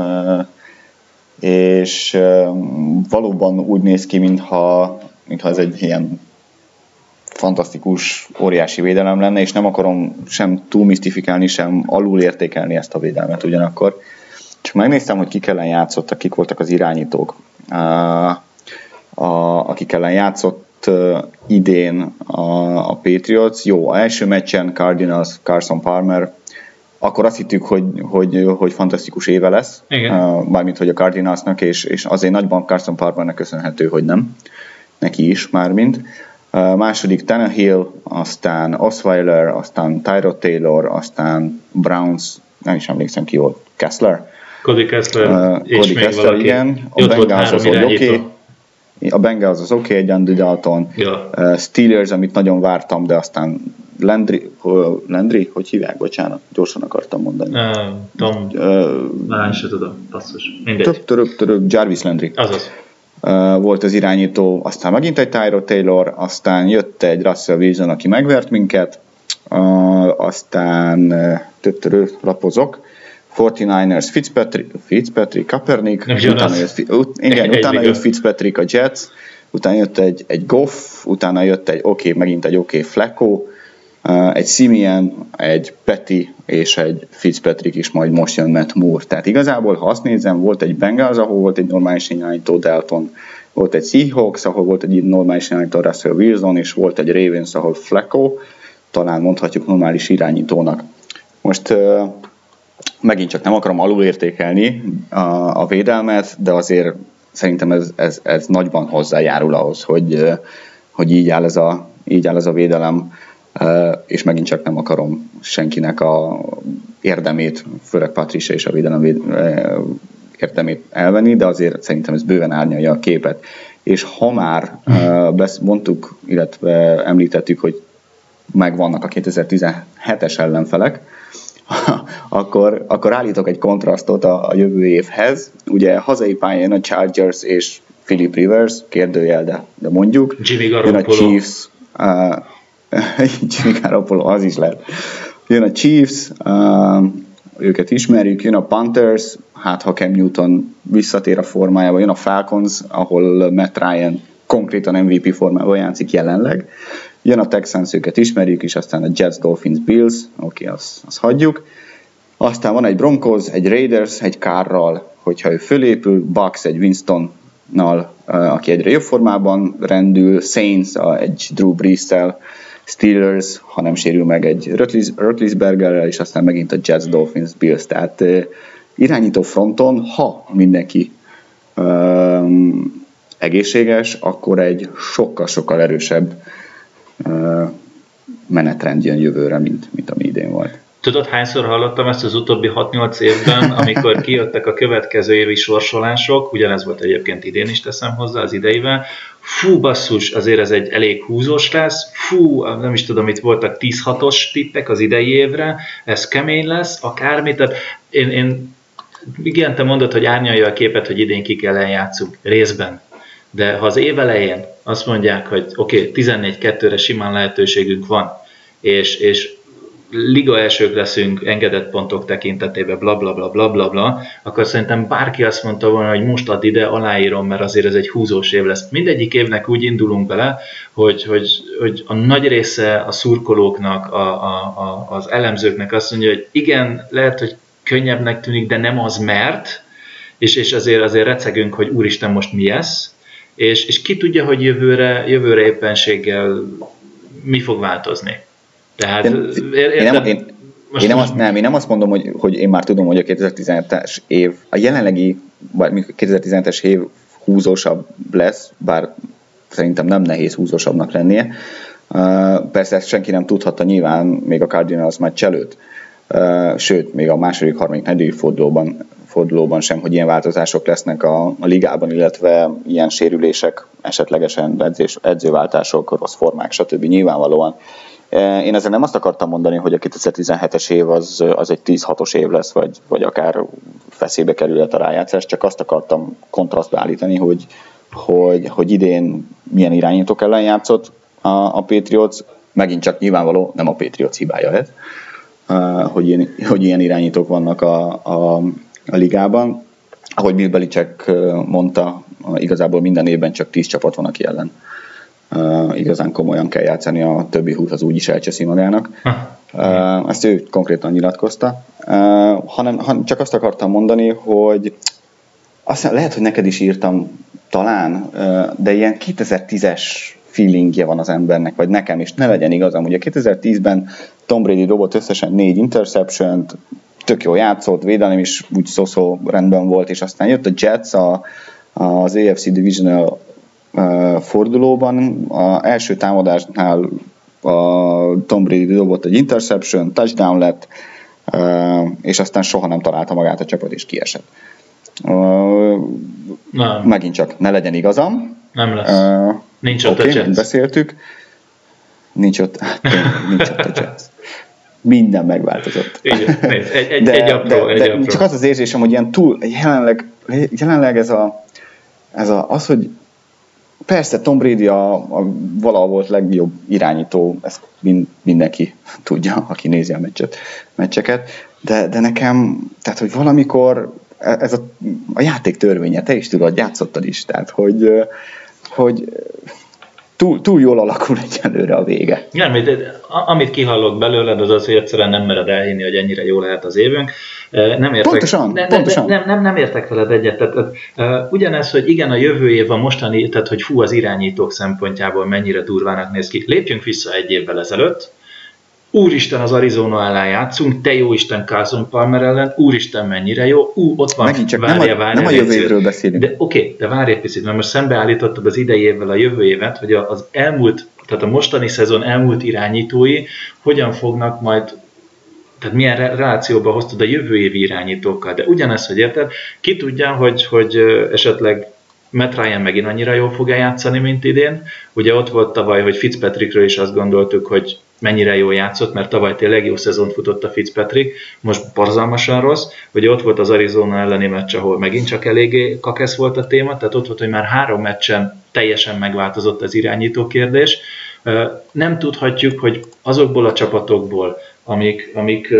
és valóban úgy néz ki, mintha ez egy ilyen fantasztikus, óriási védelem lenne, és nem akarom sem túl misztifikálni, sem alul értékelni ezt a védelmet ugyanakkor. Csak megnéztem, hogy kik ellen játszottak, kik voltak az irányítók. Akik ellen játszott idén a Patriots. Jó, az első meccsen Cardinals, Carson Palmer, akkor azt hittük, hogy fantasztikus éve lesz, mármint hogy a Cardinalsnak, és azért nagyban Carson Palmernek köszönhető, hogy nem. Neki is mármint. Második Tannehill, aztán Osweiler, aztán Tyrod Taylor, aztán Browns, nem is emlékszem ki volt, Kessler. Cody Kessler, és még valaki. Igen. A Bengals az oké. A Bengals az oké, egy Andy Dalton. Ja. Steelers, amit nagyon vártam, de aztán Landry, hogy hívják? Bocsánat, gyorsan akartam mondani. Tom, se tudom, basszus. Mindegy. Török, Jarvis Landry. Azaz. volt az irányító, aztán megint egy Tyrod Taylor, aztán jött egy Russell Wilson, aki megvert minket, aztán lapozok, 49ers Fitzpatrick, Kaepernick, utána jött Fitzpatrick a Jets, utána jött egy Goff, utána jött megint egy Flacco, egy Simeon, egy Petty és egy Fitzpatrick is, majd most jön Matt Moore. Tehát igazából, ha azt nézem, volt egy Bengals, ahol volt egy normális irányító Dalton, volt egy Seahawks, ahol volt egy normális irányító Russell Wilson, és volt egy Ravens, ahol Flacco, talán mondhatjuk normális irányítónak. Most megint csak nem akarom alulértékelni a védelmet, de azért szerintem ez nagyban hozzájárul ahhoz, hogy így áll ez a védelem, és megint csak nem akarom senkinek a érdemét, főleg Patricia és a védelem érdemét elvenni, de azért szerintem ez bőven árnyalja a képet. És ha már mondtuk, illetve említettük, hogy megvannak a 2017-es ellenfelek, akkor állítok egy kontrasztot a jövő évhez. Ugye hazai pályán a Chargers és Philip Rivers, kérdőjel, de mondjuk. Jimmy Garoppolo. Jön a Chiefs, Jimmy Garoppolo, az is lehet. Jön a Chiefs, őket ismerjük, jön a Panthers, hát ha Cam Newton visszatér a formájába, jön a Falcons, ahol Matt Ryan konkrétan MVP formában játszik jelenleg, jön a Texans, őket ismerjük, és aztán a Jets, Dolphins, Bills, azt hagyjuk. Aztán van egy Broncos, egy Raiders, egy Carrral, hogyha ő fölépül, Bucks egy Winstonnal, aki egyre jobb formában rendül, Saints egy Drew Brees-tel, Steelers, ha nem sérül meg egy Roethlisbergerrel, és aztán megint a Jets, Dolphins, Bills. Tehát irányító fronton, ha mindenki egészséges, akkor egy sokkal-sokkal erősebb menetrend jön jövőre, mint ami idén volt. Tudod, hányszor hallottam ezt az utóbbi 6-8 évben, amikor kijöttek a következő évi sorsolások, ugyanez volt egyébként idén is, teszem hozzá az ideivel, fú basszus, azért ez egy elég húzós lesz, fú, nem is tudom, itt voltak 10-6-os tippek az idei évre, ez kemény lesz, akármi, tehát én igen, te mondod, hogy árnyalja a képet, hogy idén kik ellen játszunk, részben, de ha az év elején azt mondják, hogy oké, 14-2-re simán lehetőségünk van, és liga elsők leszünk engedett pontok tekintetében, blablabla, akkor szerintem bárki azt mondta volna, hogy most add ide, aláírom, mert azért ez egy húzós év lesz. Mindegyik évnek úgy indulunk bele, hogy a nagy része a szurkolóknak, az elemzőknek azt mondja, hogy igen, lehet, hogy könnyebbnek tűnik, de nem az mert, és azért recegünk, hogy úristen, most mi ez, és ki tudja, hogy jövőre éppenséggel mi fog változni. Tehát, én nem azt mondom, hogy én már tudom, hogy a 2017-es év, a jelenlegi, vagy 2017-es év húzósabb lesz, bár szerintem nem nehéz húzósabbnak lennie. Persze ezt senki nem tudhatta nyilván még a Cardinals meccs előtt. Sőt, még a második, harmadik, negyedik fordulóban sem, hogy ilyen változások lesznek a ligában, illetve ilyen sérülések, esetlegesen edzőváltások, rossz formák, stb. Nyilvánvalóan. Én ezzel nem azt akartam mondani, hogy a 2017-es év az egy 10-6-os év lesz, vagy akár veszélybe kerülhet a rájátszás, csak azt akartam kontrasztba állítani, hogy idén milyen irányítók ellen játszott a Patriots, megint csak nyilvánvaló, nem a Patriots hibája ez, hogy ilyen irányítók vannak a ligában. Ahogy Bill Belichick mondta, igazából minden évben csak 10 csapat van, aki ellen igazán komolyan kell játszani, a többi 20 az úgyis elcseszi magának. Ezt ő konkrétan nyilatkozta. Hanem csak azt akartam mondani, hogy aztán lehet, hogy neked is írtam talán, de ilyen 2010-es feelingje van az embernek, vagy nekem is, ne legyen igazam. Ugye 2010-ben Tom Brady dobott összesen 4 interception-t, tök jól játszott, védelem is úgy szó rendben volt, és aztán jött a Jets az AFC Divisional fordulóban. Az első támadásnál a Tom Brady dobott egy interception, touchdown lett, és aztán soha nem találta magát a csapat, és kiesett. Megint csak, ne legyen igazam. Nem lesz. Nincs ott a Jets. Beszéltük. Nincs ott a Jets. Minden megváltozott. Egy apró. Csak az az érzésem, hogy ilyen túl, jelenleg ez a az, hogy persze Tom Brady a valahol volt legjobb irányító, ezt mindenki tudja, aki nézi a meccseket, de nekem, tehát hogy valamikor ez a játék törvénye, te is tudod, játszottad is, tehát hogy túl jól alakul egyelőre a vége. Nem, amit kihallok belőled, az hogy egyszerűen nem mered elhinni, hogy ennyire jó lehet az évünk. Nem értek, pontosan. Nem értek veled egyet. Tehát, ugyanez, hogy igen, a jövő év a mostani, tehát hogy az irányítók szempontjából mennyire durvának néz ki. Lépjünk vissza egy évvel ezelőtt. Úristen, az Arizona ellen játszunk, te jó Isten Carson Palmer ellen, úristen mennyire jó, ott van, megint csak nem a jövő évről beszélünk. De oké, de várj egy picit, mert most szembeállítottad az idei évvel a jövő évet, hogy az elmúlt, tehát a mostani szezon elmúlt irányítói hogyan fognak majd, tehát milyen relációba hoztad a jövő évi irányítókkal, de ugyanez, hogy érted, ki tudja, hogy esetleg Matt Ryan megint annyira jól fog eljátszani, mint idén. Ugye ott volt tavaly, hogy Fitzpatrickről is azt gondoltuk, hogy mennyire jól játszott, mert tavaly tényleg jó szezont futott a Fitzpatrick, most borzalmasan rossz. Ugye ott volt az Arizona elleni meccs, ahol megint csak eléggé kakesz volt a téma, tehát ott volt, hogy már 3 meccsen teljesen megváltozott az irányító kérdés. Nem tudhatjuk, hogy azokból a csapatokból, amik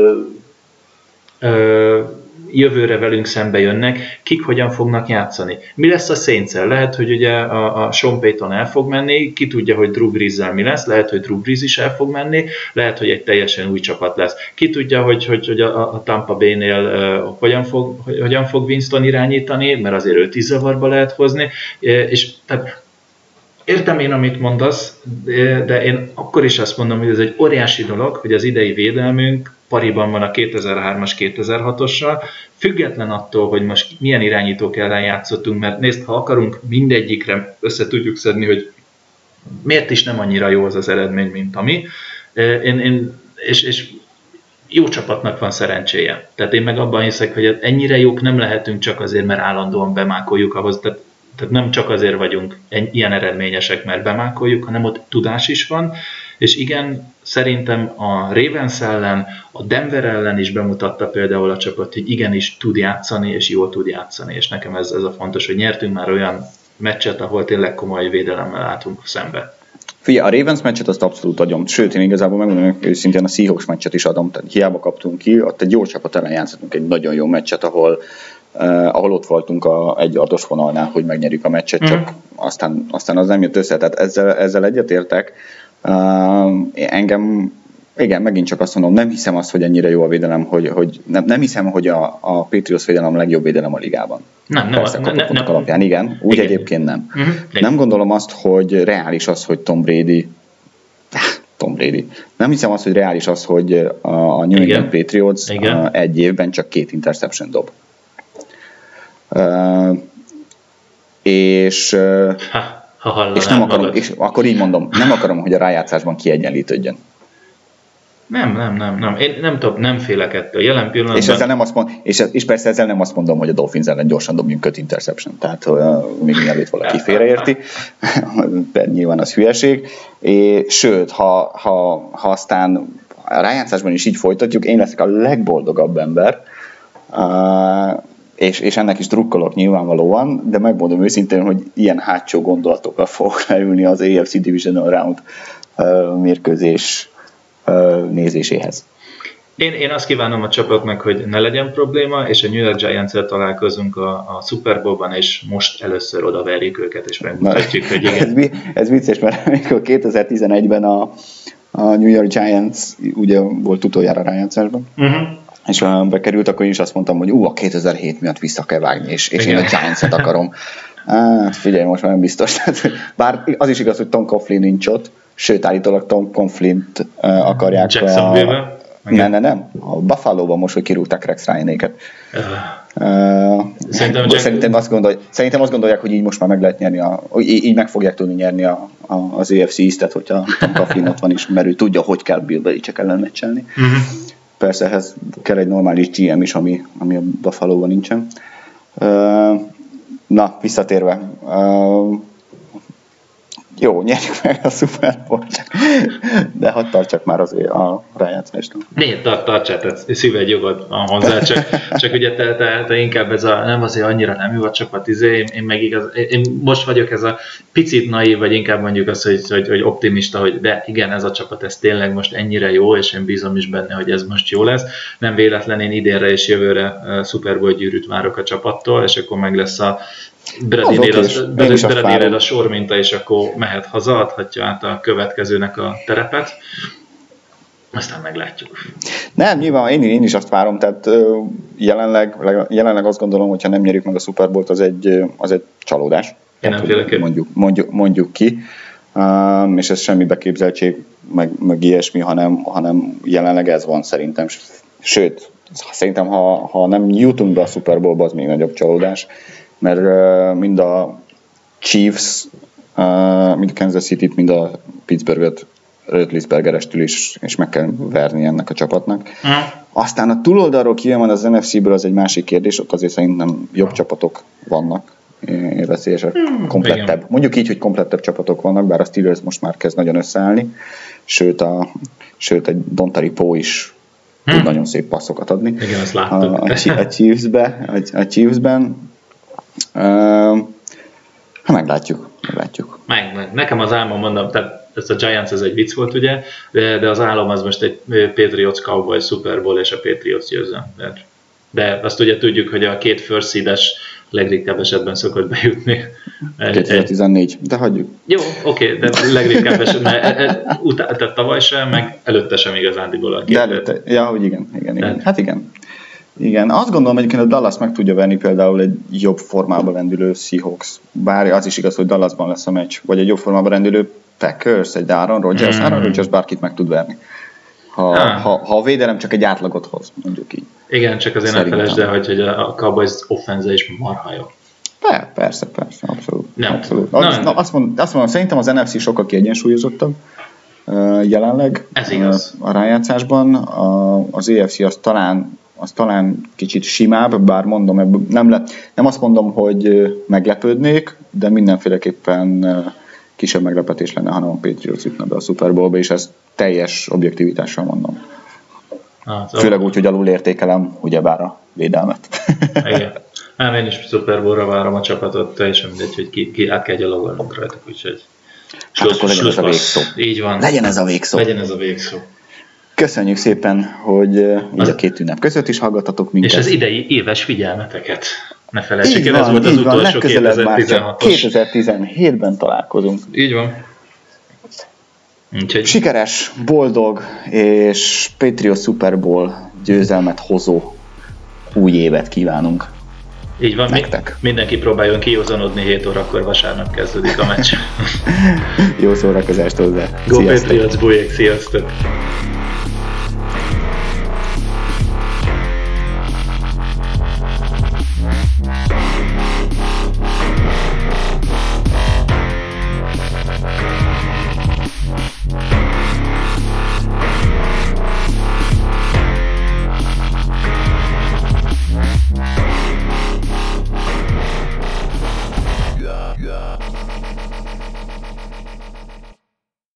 jövőre velünk szembe jönnek, kik hogyan fognak játszani. Mi lesz a Saints-el? Lehet, hogy ugye a Sean Payton el fog menni, ki tudja, hogy Drew Brees-zel mi lesz, lehet, hogy Drew Brees is el fog menni, lehet, hogy egy teljesen új csapat lesz. Ki tudja, hogy a Tampa Bay-nél hogyan fog Winston irányítani, mert azért őt is zavarba lehet hozni, és tehát értem én, amit mondasz, de én akkor is azt mondom, hogy ez egy óriási dolog, hogy az idei védelmünk pariban van a 2003-as, 2006-ossal, független attól, hogy most milyen irányítók ellen játszottunk, mert nézd, ha akarunk, mindegyikre össze tudjuk szedni, hogy miért is nem annyira jó az eredmény, mint ami. És jó csapatnak van szerencséje. Tehát én meg abban hiszek, hogy ennyire jók nem lehetünk csak azért, mert állandóan bemákoljuk ahhoz, tehát nem csak azért vagyunk ilyen eredményesek, mert bemákoljuk, hanem ott tudás is van, és igen, szerintem a Ravens ellen, a Denver ellen is bemutatta például a csapat, hogy igenis tud játszani, és jól tud játszani, és nekem ez a fontos, hogy nyertünk már olyan meccset, ahol tényleg komoly védelemmel álltunk szembe. Figyelj, a Ravens meccset azt abszolút adom, sőt, én igazából megmondom, hogy szintén a Seahawks meccset is adom, tehát hiába kaptunk ki, ott egy jó csapat ellen játszottunk egy nagyon jó meccset, ahol ott voltunk egy yardos vonalnál, hogy megnyerjük a meccset, csak aztán az nem jött össze, tehát ezzel egyetértek. Engem, igen, megint csak azt mondom, nem hiszem azt, hogy ennyire jó a védelem, hogy nem hiszem, hogy a Patriots védelem a legjobb védelem a ligában. Persze, kapott alapján, igen, úgy igen. Egyébként nem. Nem gondolom azt, hogy reális az, hogy Tom Brady. Nem hiszem azt, hogy reális az, hogy a New England Patriots egy évben csak 2 interception dob. És nem akarom, és akkor így mondom, nem akarom, hogy a rájátszásban kiegyenlítődjön. Nem. Én nem félek ettől. Jelen pillanatban... És persze ezzel nem azt mondom, hogy a Dolphins ellen gyorsan dobjunk 5 interception. Tehát még mielőtt valaki félreérti, nyilván az hülyeség. Sőt, ha aztán a rájátszásban is így folytatjuk, én leszek a legboldogabb ember, és ennek is drukkolok nyilvánvalóan, de megmondom őszintén, hogy ilyen hátsó gondolatokkal fogok leülni az AFC Divisional Round mérkőzés nézéséhez. Én azt kívánom a csapatnak, hogy ne legyen probléma, és a New York Giants-el találkozunk a Super Bowl-ban, és most először odaverjük őket, és megmutatjuk, hogy igen. Ez vicces, mert amikor 2011-ben a New York Giants ugye volt utoljára rájátszásban, és bekerült, akkor én is azt mondtam, hogy a 2007 miatt vissza kell vágni, és én a Giants-et akarom. Figyelj, most már nem biztos. Bár az is igaz, hogy Tom Coughlin nincs ott, sőt, állítólag Tom Coughlint akarják. Jacksonville-ben? Nem. A Buffalo-ban most, hogy kirúgták Rex Ryan-éket. Szerintem azt gondolják, hogy így most már meg lehet nyerni, így meg fogják tudni nyerni az AFC East-et, hogyha Tom Coughlin ott van is, mert ő tudja, hogy kell Bill Belichick ellen meccselni. Persze ehhez kell egy normális GM is, ami a Buffalo-ban nincsen. Na, visszatérve. Jó, nyerjük meg a Super Bowl-t, de hadd tartsak már azért a rájátszást. Né, tartsát, szíved jogod van hozzá, csak ugye te inkább ez a, nem azért annyira nem jó a csapat, én meg igaz, én most vagyok ez a picit naív, vagy inkább mondjuk azt, hogy optimista, hogy de igen, ez a csapat, ez tényleg most ennyire jó, és én bízom is benne, hogy ez most jó lesz. Nem véletlen, én idénre és jövőre Super Bowl gyűrűt várok a csapattól, és akkor meg lesz a Bradynél a sorminta, és akkor mehet haza, adhatja át a következőnek a terepet. Aztán meglátjuk. Nem, nyilván én is azt várom, tehát jelenleg azt gondolom, hogyha nem nyerjük meg a Super Bowl-t, az egy csalódás. Mondjuk ki. És ez semmi beképzeltség, meg ilyesmi, hanem jelenleg ez van szerintem. Sőt, szerintem ha nem jutunk be a Super Bowl-ba, az még nagyobb csalódás, mert mind a Chiefs, mind a Kansas City-t, mind a Pittsburghet Roethlisbergerestől is, és meg kell verni ennek a csapatnak. Aztán a túloldalról kijön az NFC-ből, az egy másik kérdés, ott azért szerintem jobb csapatok vannak, veszélyesek, komplettebb. Igen. Mondjuk így, hogy komplettebb csapatok vannak, bár a Steelers most már kezd nagyon összeállni, sőt egy Dontari Poe is tud nagyon szép passzokat adni. Igen, azt láttuk. A Chiefsben. Meglátjuk. Nekem az álmom, mondom, tehát ez a Giants, ez egy vicc volt, ugye, de az álom az most egy Patriots Cowboys Super Bowl, és a Patriots győzze. De azt ugye tudjuk, hogy a két first seed-es legritkább esetben szokott bejutni. 2014, de hagyjuk. Jó, oké, de legritkább esetben, tehát tavaly sem, meg előtte sem igazándiból a két. De előtte, ja, hogy igen. Hát igen. Igen, azt gondolom egyébként, hogy Dallas meg tudja venni például egy jobb formában rendülő Seahawks. Bár az is igaz, hogy Dallasban lesz a meccs. Vagy egy jobb formában rendülő Packers, egy Aaron Rodgers. Aaron Rodgers bárkit meg tud verni. Ha a védelem csak egy átlagot hoz, mondjuk így. Igen, csak azért ne felejtsd el, hogy a Cowboys offense is marha jó. Persze, abszolút. Azt mondom, szerintem az NFC sokkal kiegyensúlyozottabb jelenleg. Ez igaz. A rájátszásban. Az AFC az talán kicsit simább, bár mondom, nem azt mondom, hogy meglepődnék, de mindenféleképpen kisebb meglepetés lenne, hanem a Patriots jutna be a Super Bowl-ba, és ezt teljes objektivitással mondom. Főleg úgy, hogy alul értékelem ugyebár a védelmet. Igen. Nem, én is Super Bowl-ra várom a csapatot, teljesen mindegy, hogy ki át kell gyalogolnunk rajtuk, úgyhogy akkor legyen ez a végszó. Így van. Legyen ez a végszó. Köszönjük szépen, hogy így a két ünnep között is hallgattatok minket. És az idei éves figyelmeteket. Ne felejtsük el, ez volt az utolsó 2016-os. 2017-ben találkozunk. Így van. Úgyhogy sikeres, boldog és Patriots Super Bowl győzelmet hozó új évet kívánunk. Így van, mindenki próbáljon kiózanodni, 7 órakor vasárnap kezdődik a meccs. Jó szórakozást hozzá. Go Patriots, bujék, sziasztok!